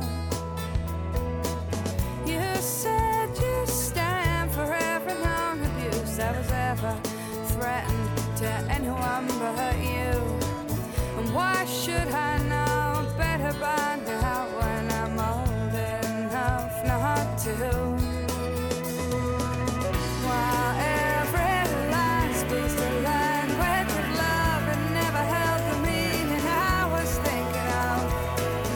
You said you stand for every known abuse that was ever threatened to anyone but you. And why should I know better by now when I'm old enough not to? While every line speaks the language of love, it never held the meaning I was thinking of.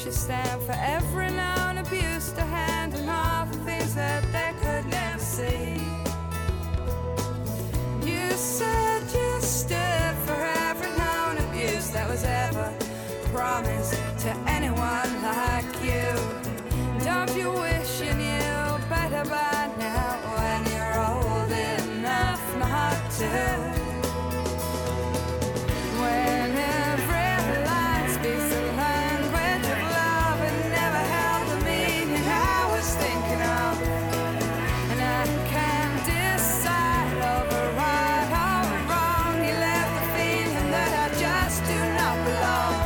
should stand for every known abuse to hand and all the things that they could never see. You said you stood for every known abuse that was ever promised to anyone like you. Don't you wish you knew better by now when you're old enough not to? When every line speaks the language of love and never held the meaning I was thinking of, and I can't decide over right or wrong. You left the feeling that I just do not belong.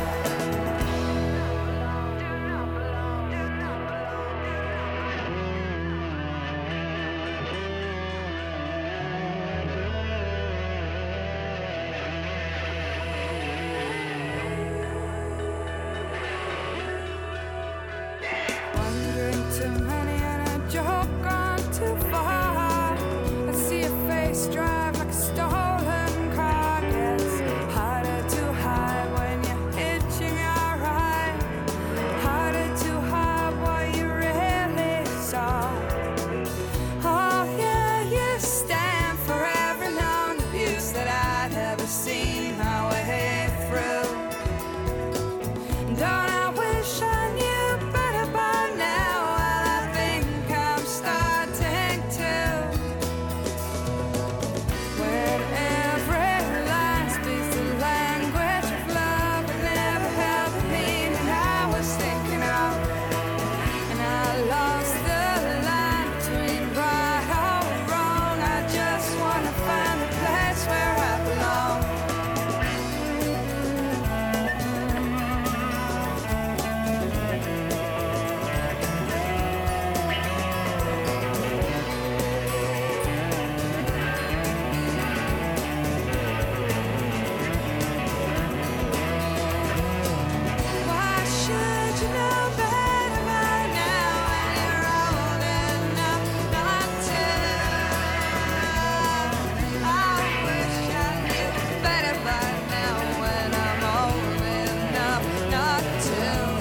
Wondering too many and a joke gone too far. I see your face drive like a stolen car. Gets harder to hide when you're hitching your ride. Harder to hide what you really saw. Oh yeah, you stand for every known abuse that I'd ever seen my way through. Don't I wish I knew better by now? Well, I think I'm starting to. When every line speaks the language of love and never held the meaning I was thinking of, and I lost the line between right or wrong. I just wanna find a place where I belong. Why should you know better by now when you're old enough not to? I wish I knew better by now when I'm old enough not to.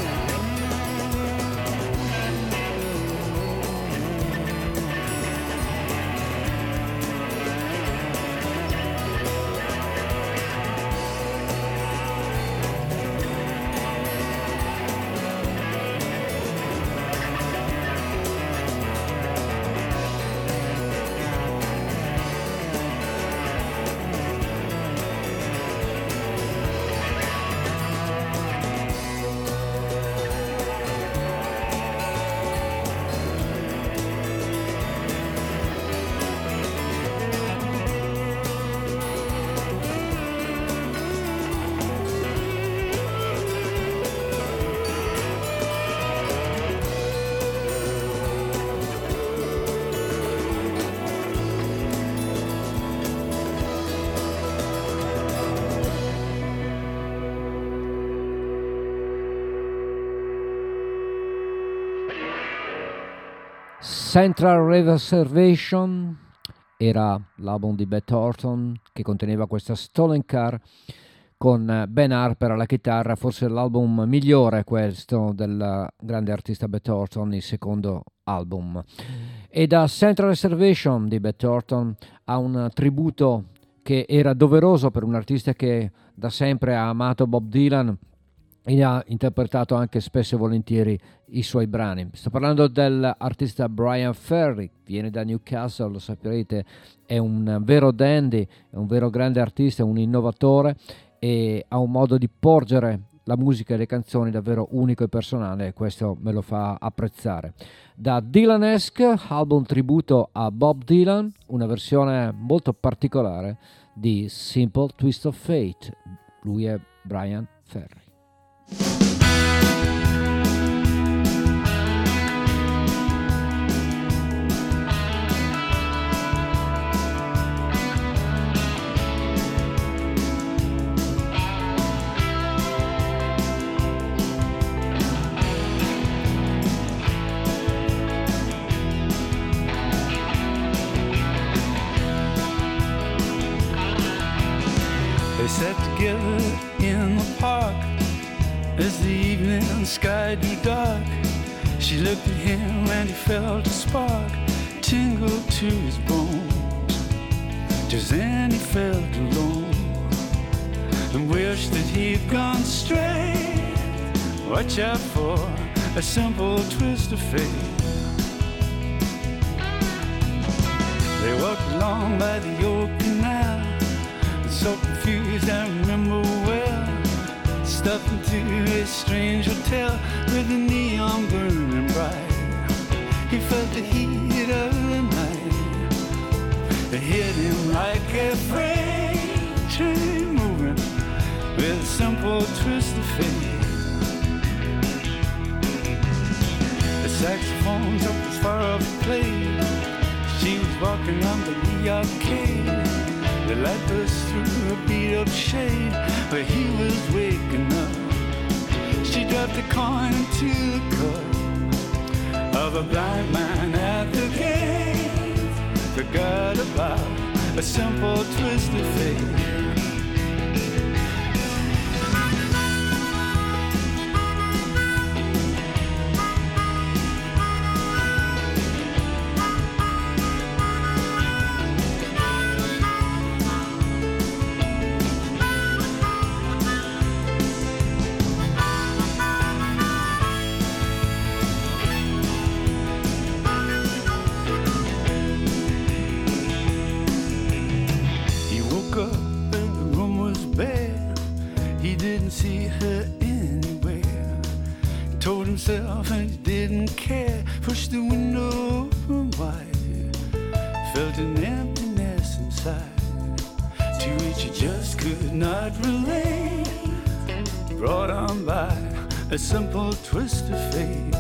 Central Reservation era l'album di Beth Orton che conteneva questa Stolen Car con Ben Harper alla chitarra, forse l'album migliore questo del grande artista Beth Orton, il secondo album. E da Central Reservation di Beth Orton a un tributo che era doveroso per un artista che da sempre ha amato Bob Dylan e ha interpretato anche spesso e volentieri i suoi brani. Sto parlando dell'artista Brian Ferry, viene da Newcastle, lo saprete, è un vero dandy, è un vero grande artista, un innovatore e ha un modo di porgere la musica e le canzoni davvero unico e personale, e questo me lo fa apprezzare. Da Dylanesque, album tributo a Bob Dylan, una versione molto particolare di Simple Twist of Fate. Lui è Brian Ferry. They sat together in the park As the evening sky grew dark, she looked at him and he felt a spark tingle to his bones. Just then he felt alone and wished that he'd gone straight. Watch out for a simple twist of fate. They walked along by the old canal, so confused I remember well. Stuffed into a strange hotel with the neon burning bright. He felt the heat of the night. It hit him like a freight train moving with a simple twist of fate. The saxophone's up as far up the plate. She was walking under the arcade. The light burst through a beat-up shade where he was waking up. She dropped a coin into the cup of a blind man at the gate. Forgot about a simple twist of fate. And he didn't care. Pushed the window open wide. Felt an emptiness inside to which he just could not relate. Brought on by a simple twist of fate.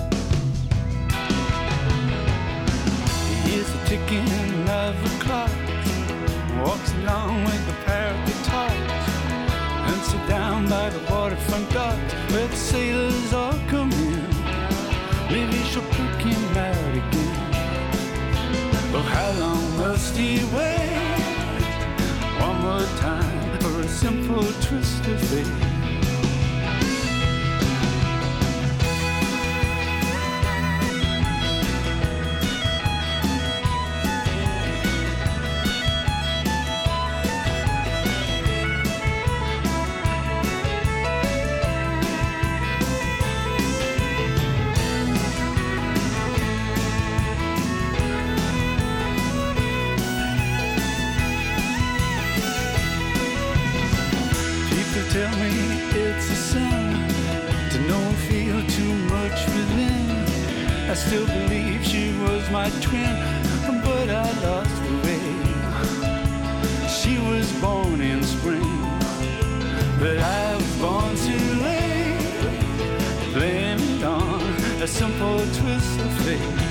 He hears the ticking of the clock, walks along with the pair of guitars, and sit down by the waterfront dock where the sailors all come in. Maybe she'll pick him out again. But how long must he wait? One more time for a simple twist of fate. Tell me it's a sin to know and feel too much within. I still believe she was my twin, but I lost the way. She was born in spring, but I was born too late. Blame it on a simple twist of fate.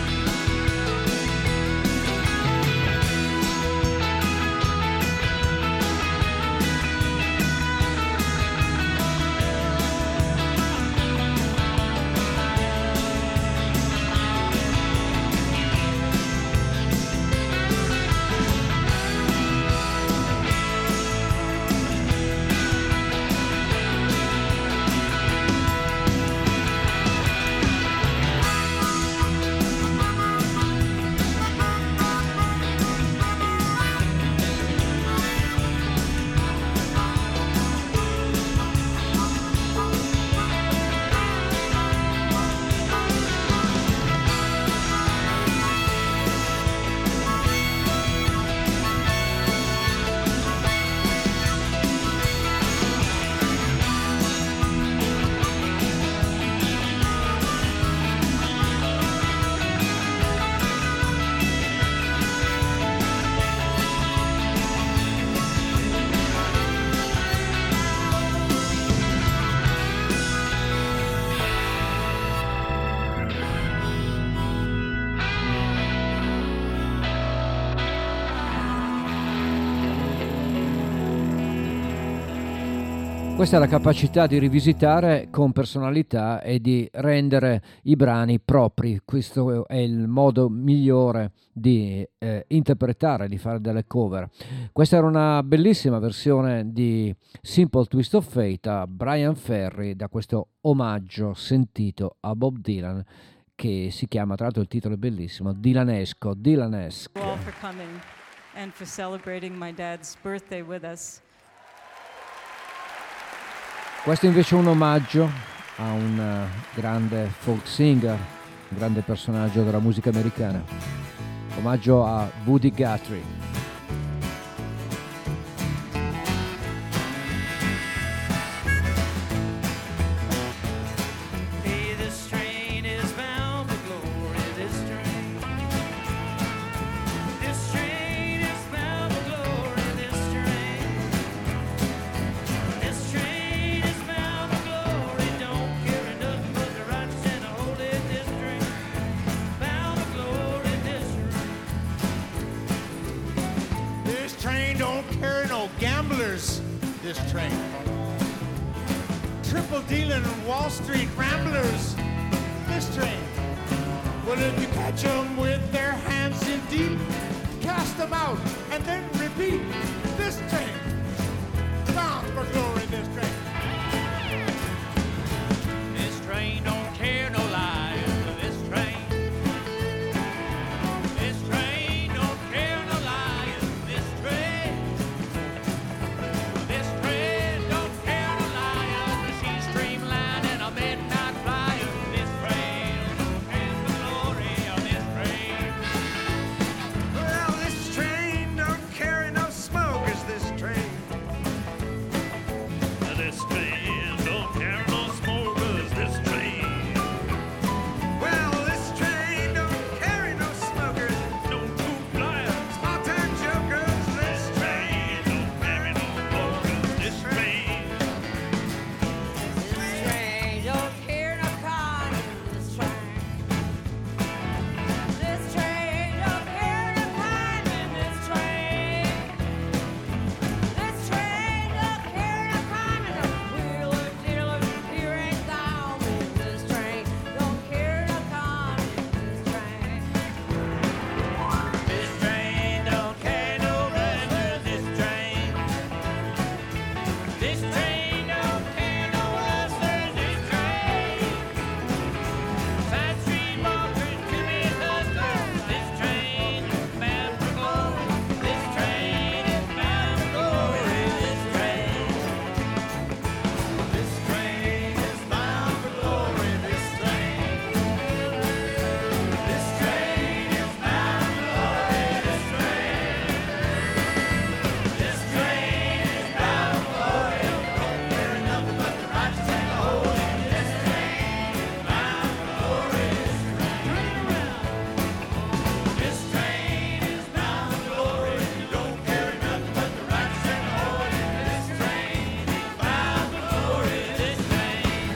Questa è la capacità di rivisitare con personalità e di rendere i brani propri. Questo è il modo migliore di eh, interpretare, di fare delle cover. Questa era una bellissima versione di Simple Twist of Fate a Brian Ferry, da questo omaggio sentito a Bob Dylan, che si chiama, tra l'altro il titolo è bellissimo, Dylanesco, Dylanesque. Thank you all for coming and for celebrating my dad's birthday with us. Questo invece è un omaggio a un uh, grande folk singer, un grande personaggio della musica americana. Omaggio a Woody Guthrie. Hey, this train is bound for glory. This train, this train is bound for glory. This train, this train is bound for glory. Don't carry nothing but the righteous and the holy. This train, bound for glory. This train. This train don't carry no gamblers, this train. Triple dealing and Wall Street ramblers, this train. Well, if you catch them with their hands in deep, cast them out and then repeat. This train, bound for glory, this train. This train don't care no lies. This train, this train don't care no lies. This train, this train don't care no lies. She's streamlined and a midnight flyer. This train don't care the glory of this train. Well, this train don't carry no smokers, this train. This train don't care no smokers. This train, Well, this train don't carry no smokers, no two flyers. small-time jokers, this This train don't carry no smokers. This train. This train don't care no con. This train. This train don't care no con. This train. This train don't care no con. No wheeler dealer here ain't down. This train don't care no con. This train. This train don't care no regulars. This train. This train don't care no hustlers. This train. Side street walkers to his hustlers. This train is bound for glory. This train is bound for glory. This train. This train is bound for glory. This train. This train is bound for glory. This train. This train is bound for glory. Don't carry nothing but the righteous and the holy. This train is bound for glory. This train is bound for glory. Don't carry nothing but the righteous and the holy. This train is bound for glory. This train.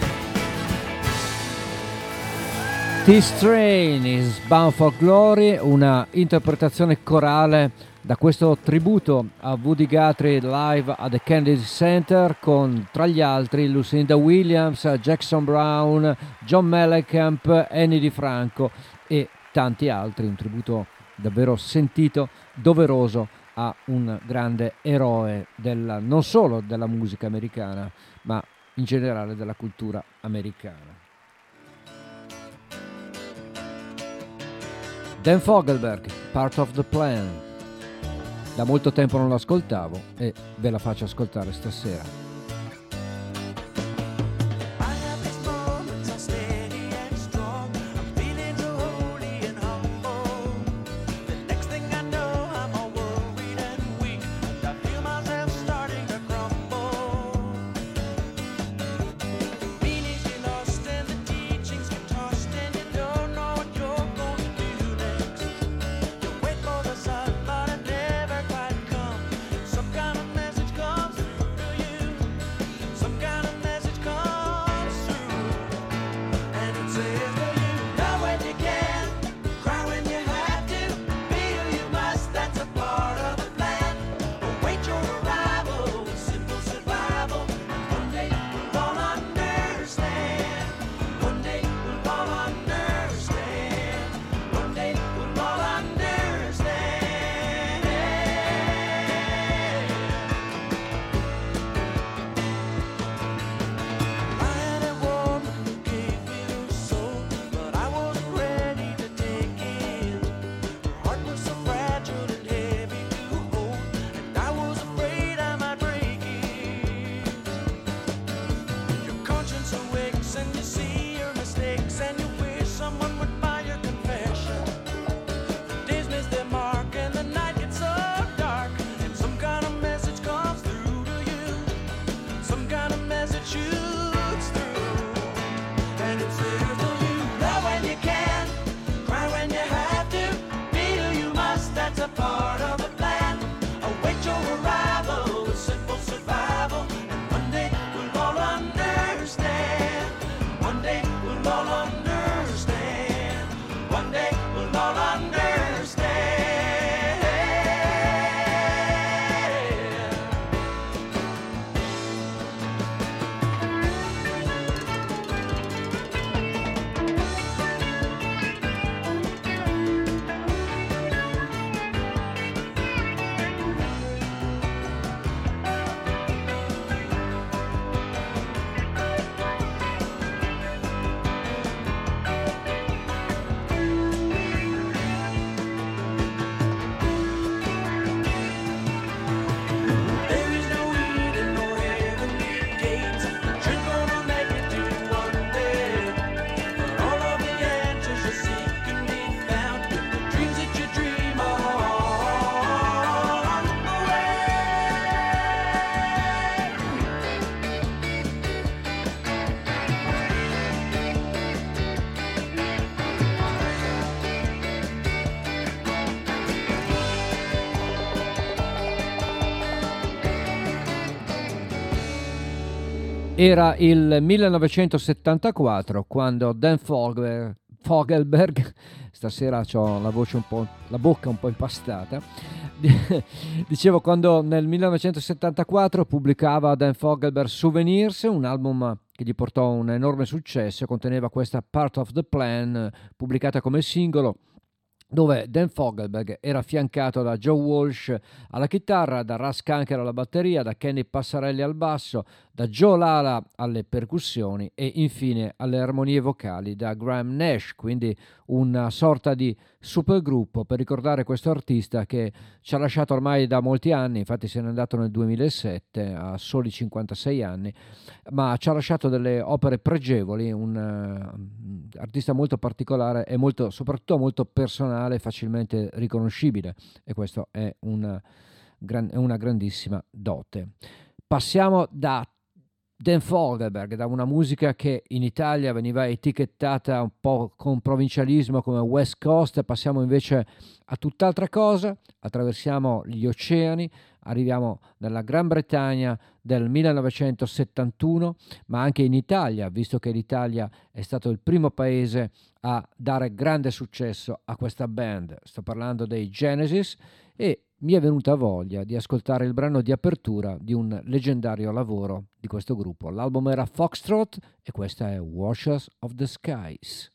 This Train is Bound for Glory, una interpretazione corale da questo tributo a Woody Guthrie live at the Kennedy Center, con tra gli altri Lucinda Williams, Jackson Brown, John Mellencamp, Annie DiFranco e tanti altri. Un tributo davvero sentito, doveroso a un grande eroe della, non solo della musica americana, ma in generale della cultura americana. Dan Fogelberg, Part of the Plan. Da molto tempo non l'ascoltavo e ve la faccio ascoltare stasera. I have these moments I'm steady and strong. I'm feeling so holy and humble. The next thing I know, I'm all worried and weak. And I feel myself starting to crumble. Meanings get lost and the teachings get tossed, and you don't know what you're going to do next. You wait for the sun, but it never quite comes. Some kind of message comes through to you. Era il millenovecentosettantaquattro quando Dan Fogelberg, Fogelberg stasera ho la voce un po', la bocca un po' impastata, dicevo, quando nel millenovecentosettantaquattro pubblicava Dan Fogelberg Souvenirs, un album che gli portò un enorme successo, conteneva questa Part of the Plan pubblicata come singolo, dove Dan Fogelberg era affiancato da Joe Walsh alla chitarra, da Russ Kanker alla batteria, da Kenny Passarelli al basso, da Joe Lala alle percussioni e infine alle armonie vocali da Graham Nash, quindi una sorta di supergruppo per ricordare questo artista che ci ha lasciato ormai da molti anni, infatti se n'è andato nel duemilasette a soli cinquantasei anni, ma ci ha lasciato delle opere pregevoli, un uh, artista molto particolare e molto, soprattutto molto personale, facilmente riconoscibile, e questo è una, gran, è una grandissima dote. Passiamo da Dan Fogelberg, da una musica che in Italia veniva etichettata un po' con provincialismo come West Coast, passiamo invece a tutt'altra cosa, attraversiamo gli oceani, arriviamo nella Gran Bretagna del millenovecentosettantuno, ma anche in Italia, visto che l'Italia è stato il primo paese a dare grande successo a questa band. Sto parlando dei Genesis e mi è venuta voglia di ascoltare il brano di apertura di un leggendario lavoro di questo gruppo. L'album era Foxtrot e questa è Washers of the Skies.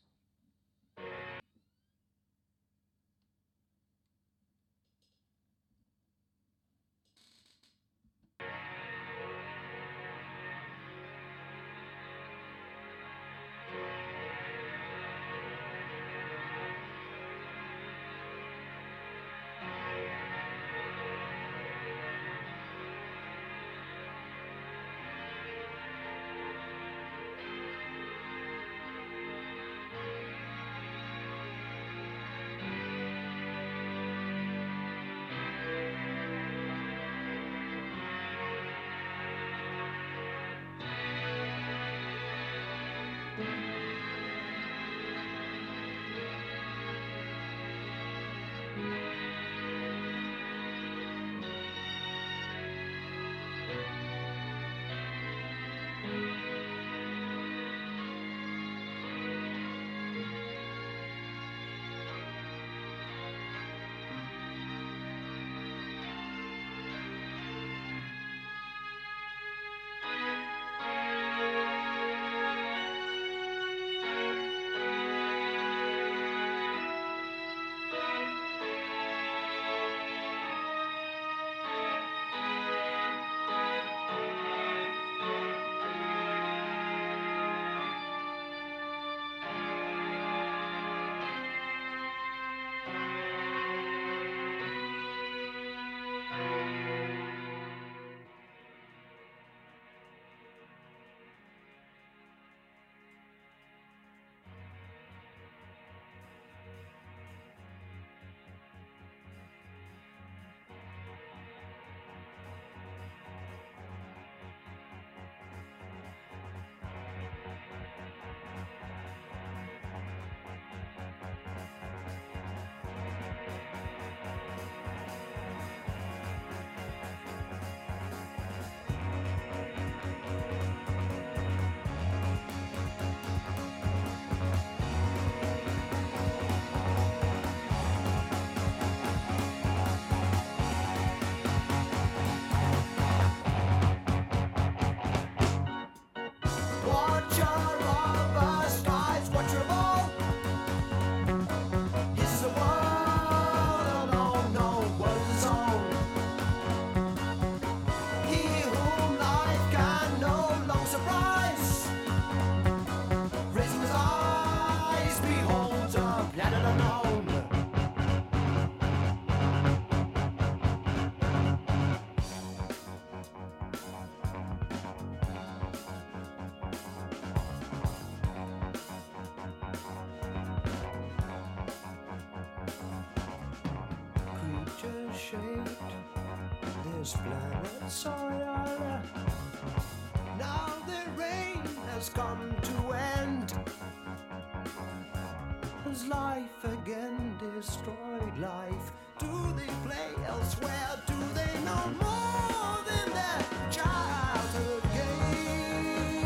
This planet soil. Now the rain has come to end. Has life again destroyed life? Do they play elsewhere? Do they know more than their childhood game?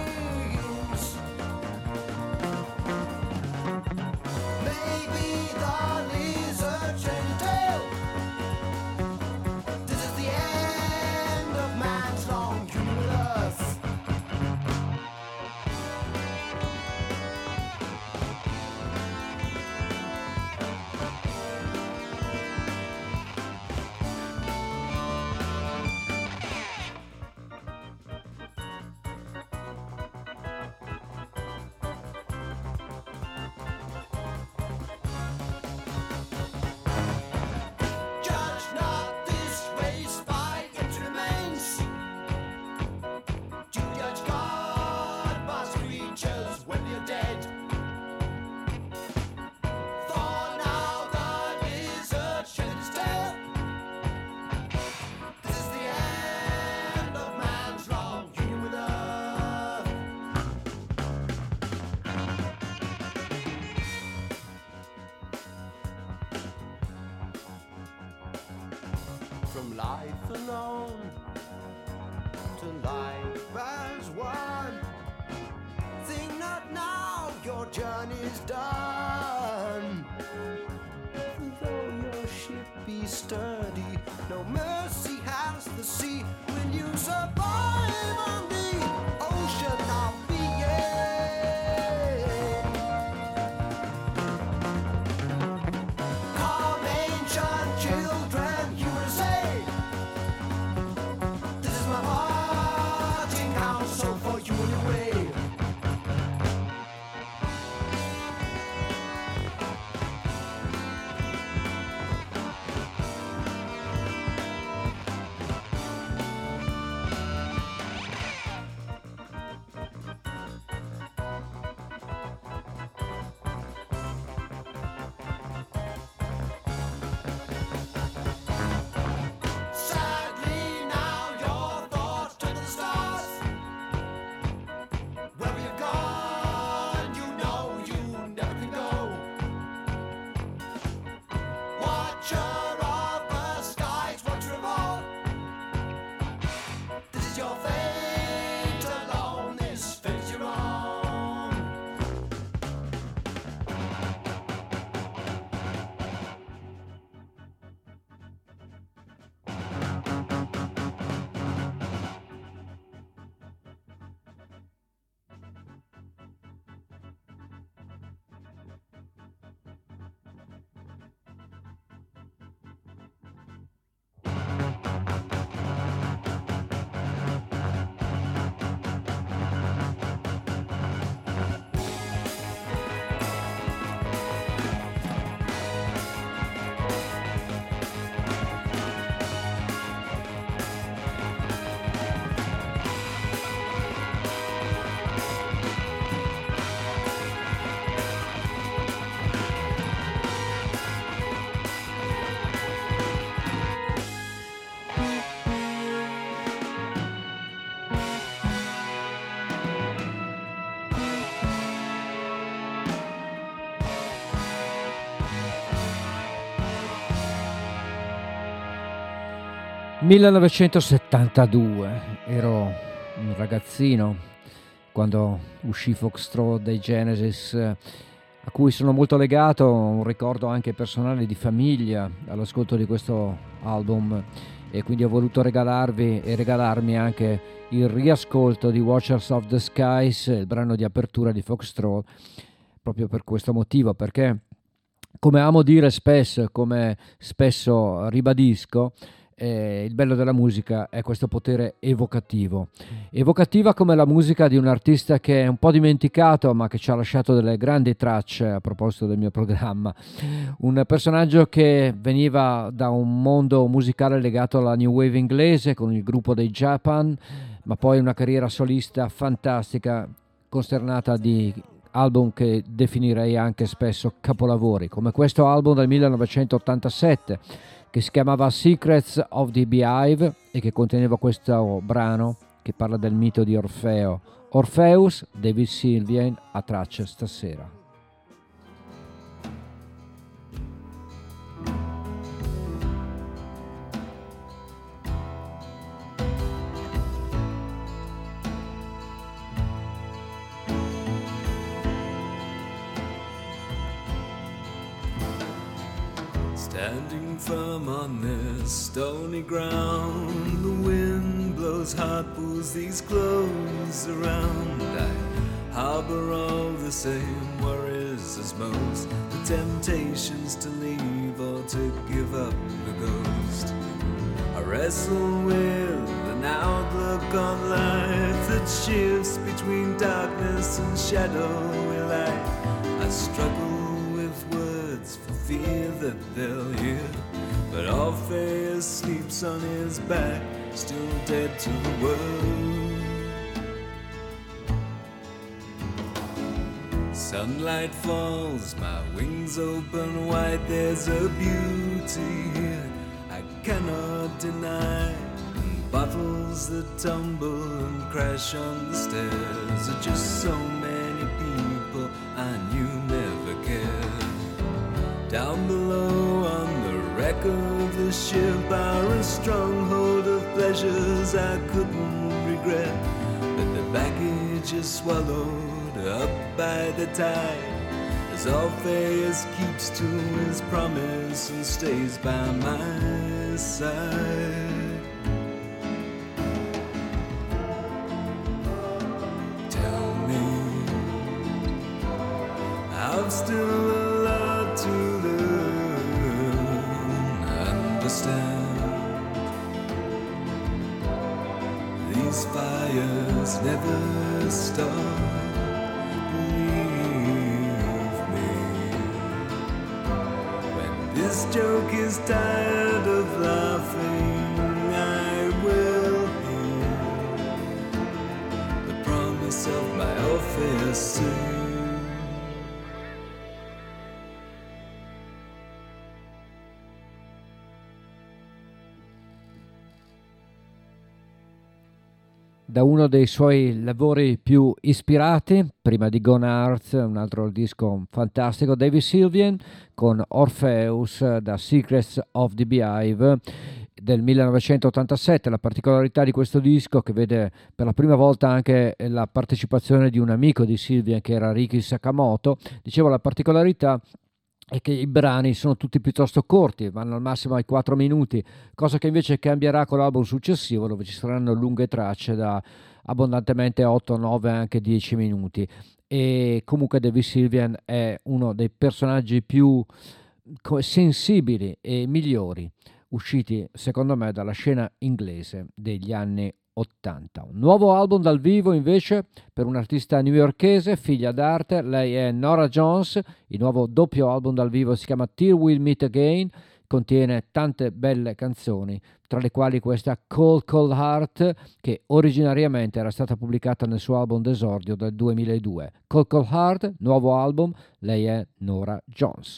from life alone to life as one. Think not now, your journey's done. Though your ship be sturdy, no mercy has the sea. Will you survive on the ocean of millenovecentosettantadue, ero un ragazzino quando uscì Foxtrot dei Genesis, a cui sono molto legato, un ricordo anche personale di famiglia all'ascolto di questo album, e quindi ho voluto regalarvi e regalarmi anche il riascolto di Watchers of the Skies, il brano di apertura di Foxtrot, proprio per questo motivo, perché come amo dire spesso, come spesso ribadisco, Eh, il bello della musica è questo potere evocativo, evocativa come la musica di un artista che è un po' dimenticato ma che ci ha lasciato delle grandi tracce. A proposito del mio programma, un personaggio che veniva da un mondo musicale legato alla new wave inglese con il gruppo dei Japan, ma poi una carriera solista fantastica, costernata di album che definirei anche spesso capolavori, come questo album del millenovecentottantasette che si chiamava Secrets of the Beehive e che conteneva questo brano che parla del mito di Orfeo. Orpheus, David Sylvian a tracce stasera. Standing firm on this stony ground, the wind blows hot, pulls these clothes around. I harbor all the same worries as most, the temptations to leave or to give up the ghost. I wrestle with an outlook on life that shifts between darkness and shadowy light. I struggle with words for fear that they'll hear, but Orpheus sleeps on his back, still dead to the world. Sunlight falls, my wings open wide, there's a beauty here I cannot deny. And bottles that tumble and crash on the stairs are just so many people I knew never cared. Down below on the wreck of the ship, ship or a stronghold of pleasures I couldn't regret. But the baggage is swallowed up by the tide, as Orpheus keeps to his promise and stays by my side. Tell me, I've still a lot to learn, understand. These fires never stop. This joke is tired of laughing, I will hear the promise of my Orpheus sing. Da uno dei suoi lavori più ispirati, prima di Gone Earth, un altro disco fantastico, Davy Sylvian con Orpheus da Secrets of the Beehive del millenovecentottantasette. La particolarità di questo disco, che vede per la prima volta anche la partecipazione di un amico di Sylvian che era Riki Sakamoto, dicevo, la particolarità è che i brani sono tutti piuttosto corti, vanno al massimo ai quattro minuti, cosa che invece cambierà con l'album successivo, dove ci saranno lunghe tracce da abbondantemente otto, nove, anche dieci minuti. E comunque Davy Sylvian è uno dei personaggi più sensibili e migliori usciti, secondo me, dalla scena inglese degli anni ottanta. Un nuovo album dal vivo invece per un'artista newyorkese, figlia d'arte, lei è Norah Jones. Il nuovo doppio album dal vivo si chiama Till We'll Meet Again, contiene tante belle canzoni, tra le quali questa Cold Cold Heart, che originariamente era stata pubblicata nel suo album d'esordio del duemiladue. Cold Cold Heart, nuovo album, lei è Norah Jones.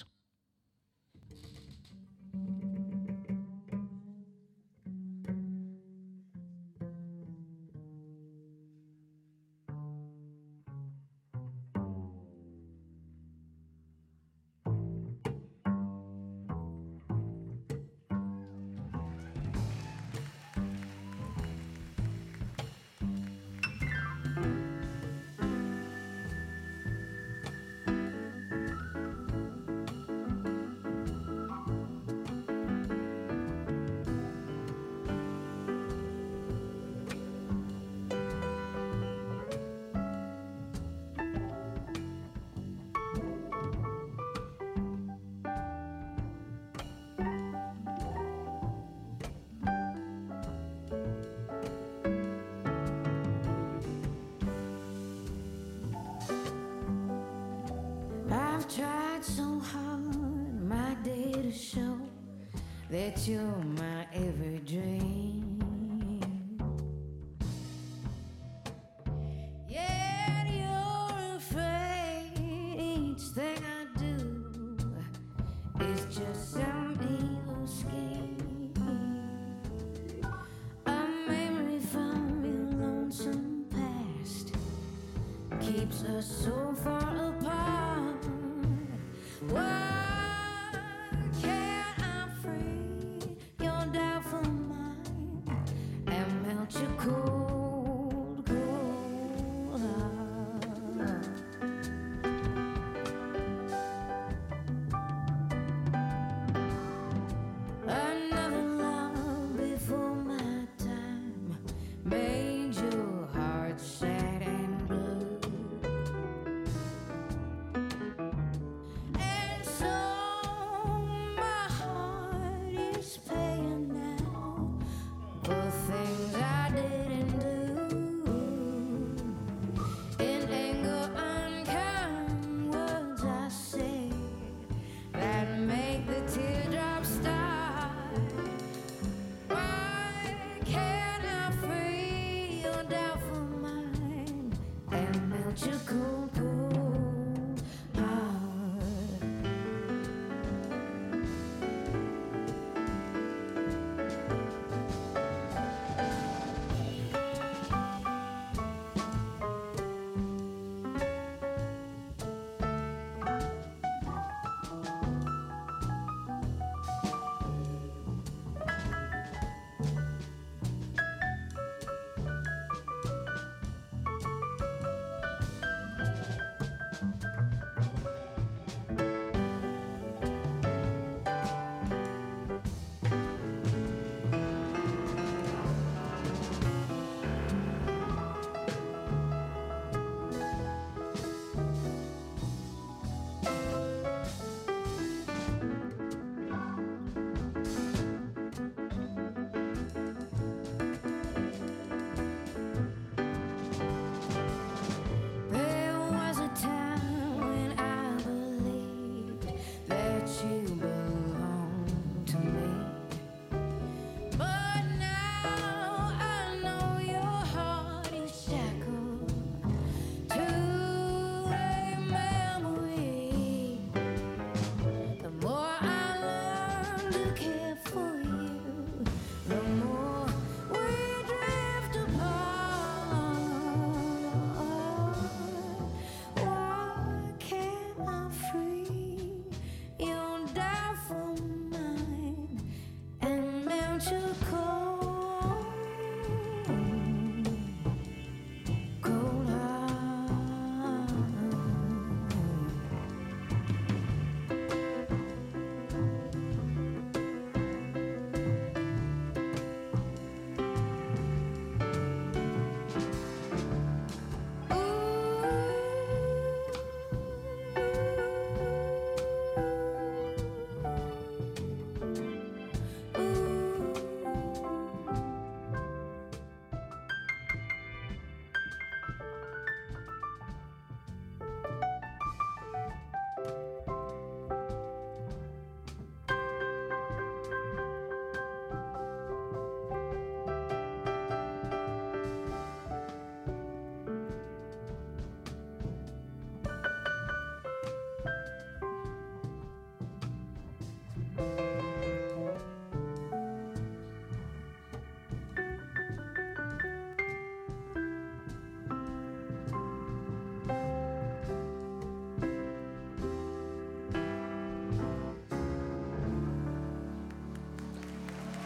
I've tried so hard, my day to show that you're my every dream. Yet you're afraid each thing I do is just some evil scheme. A memory from your lonesome past keeps us so far apart. Why can't I free your doubtful mind and melt your cold, cold heart? Another love before my time made your heart sad and blue.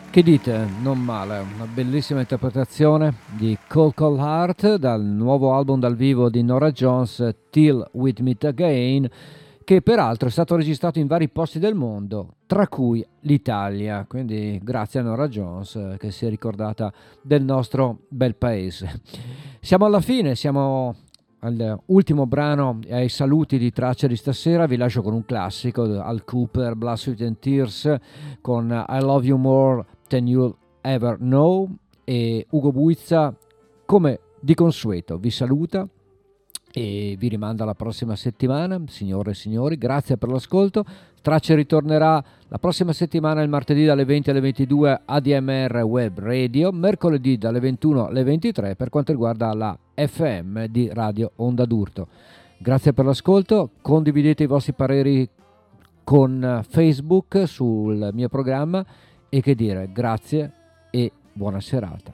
Che dite? Non male, una bellissima interpretazione di Cold Cold Heart dal nuovo album dal vivo di Norah Jones, Till We Meet Again, che peraltro è stato registrato in vari posti del mondo, tra cui l'Italia, quindi grazie a Norah Jones che si è ricordata del nostro bel paese. Siamo alla fine, siamo all'ultimo brano e ai saluti di tracce di stasera. Vi lascio con un classico, Al Cooper, Blood, Sweat and Tears, con I Love You More Than You'll Ever Know, e Ugo Buizza, come di consueto, vi saluta e vi rimanda alla prossima settimana. Signore e signori, grazie per l'ascolto. Tracce ritornerà la prossima settimana, il martedì dalle venti alle ventidue A D M R Web Radio, mercoledì dalle ventuno alle ventitré per quanto riguarda la F M di Radio Onda d'Urto. Grazie per l'ascolto, condividete i vostri pareri con Facebook sul mio programma e che dire, grazie e buona serata.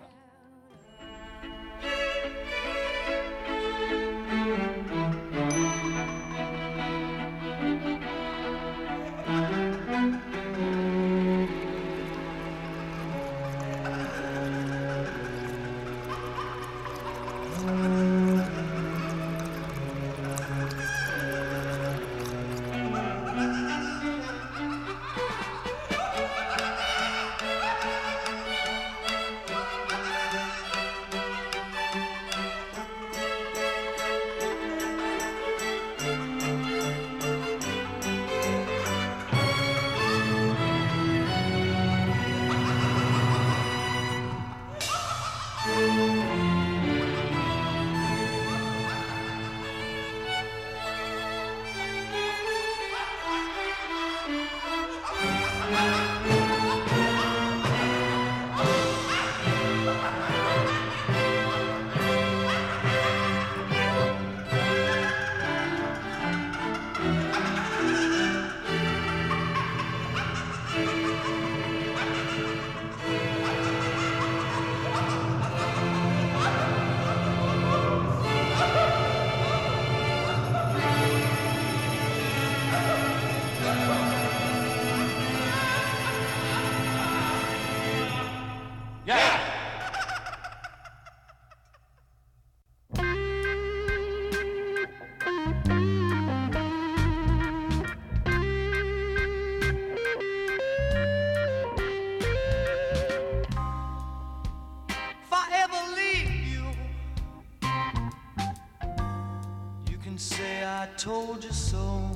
Told you so.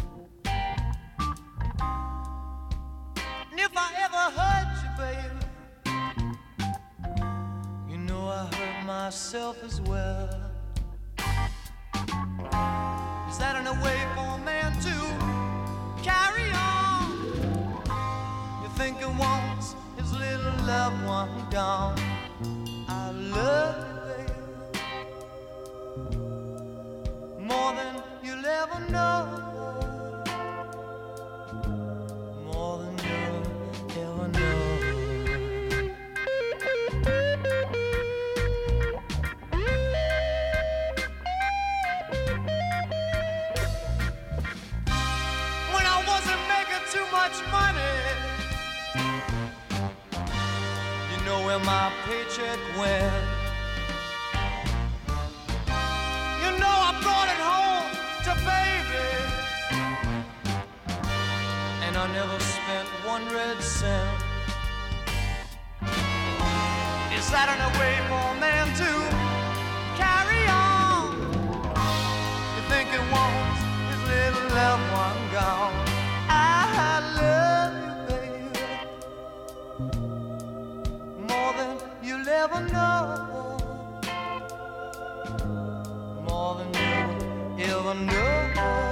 And if I ever hurt you, baby, you know I hurt myself as well. Is that in a way for a man to carry on? You think he wants his little loved one gone? I love you, baby, more than you'll ever know, more than you'll ever know. When I wasn't making too much money, you know where my paycheck went. You know I brought it home to baby, and I never spent one red cent. Is that in a way for a man to carry on? You think he wants his little loved one gone? I love you, baby, more than you'll ever know, more than you'll ever know.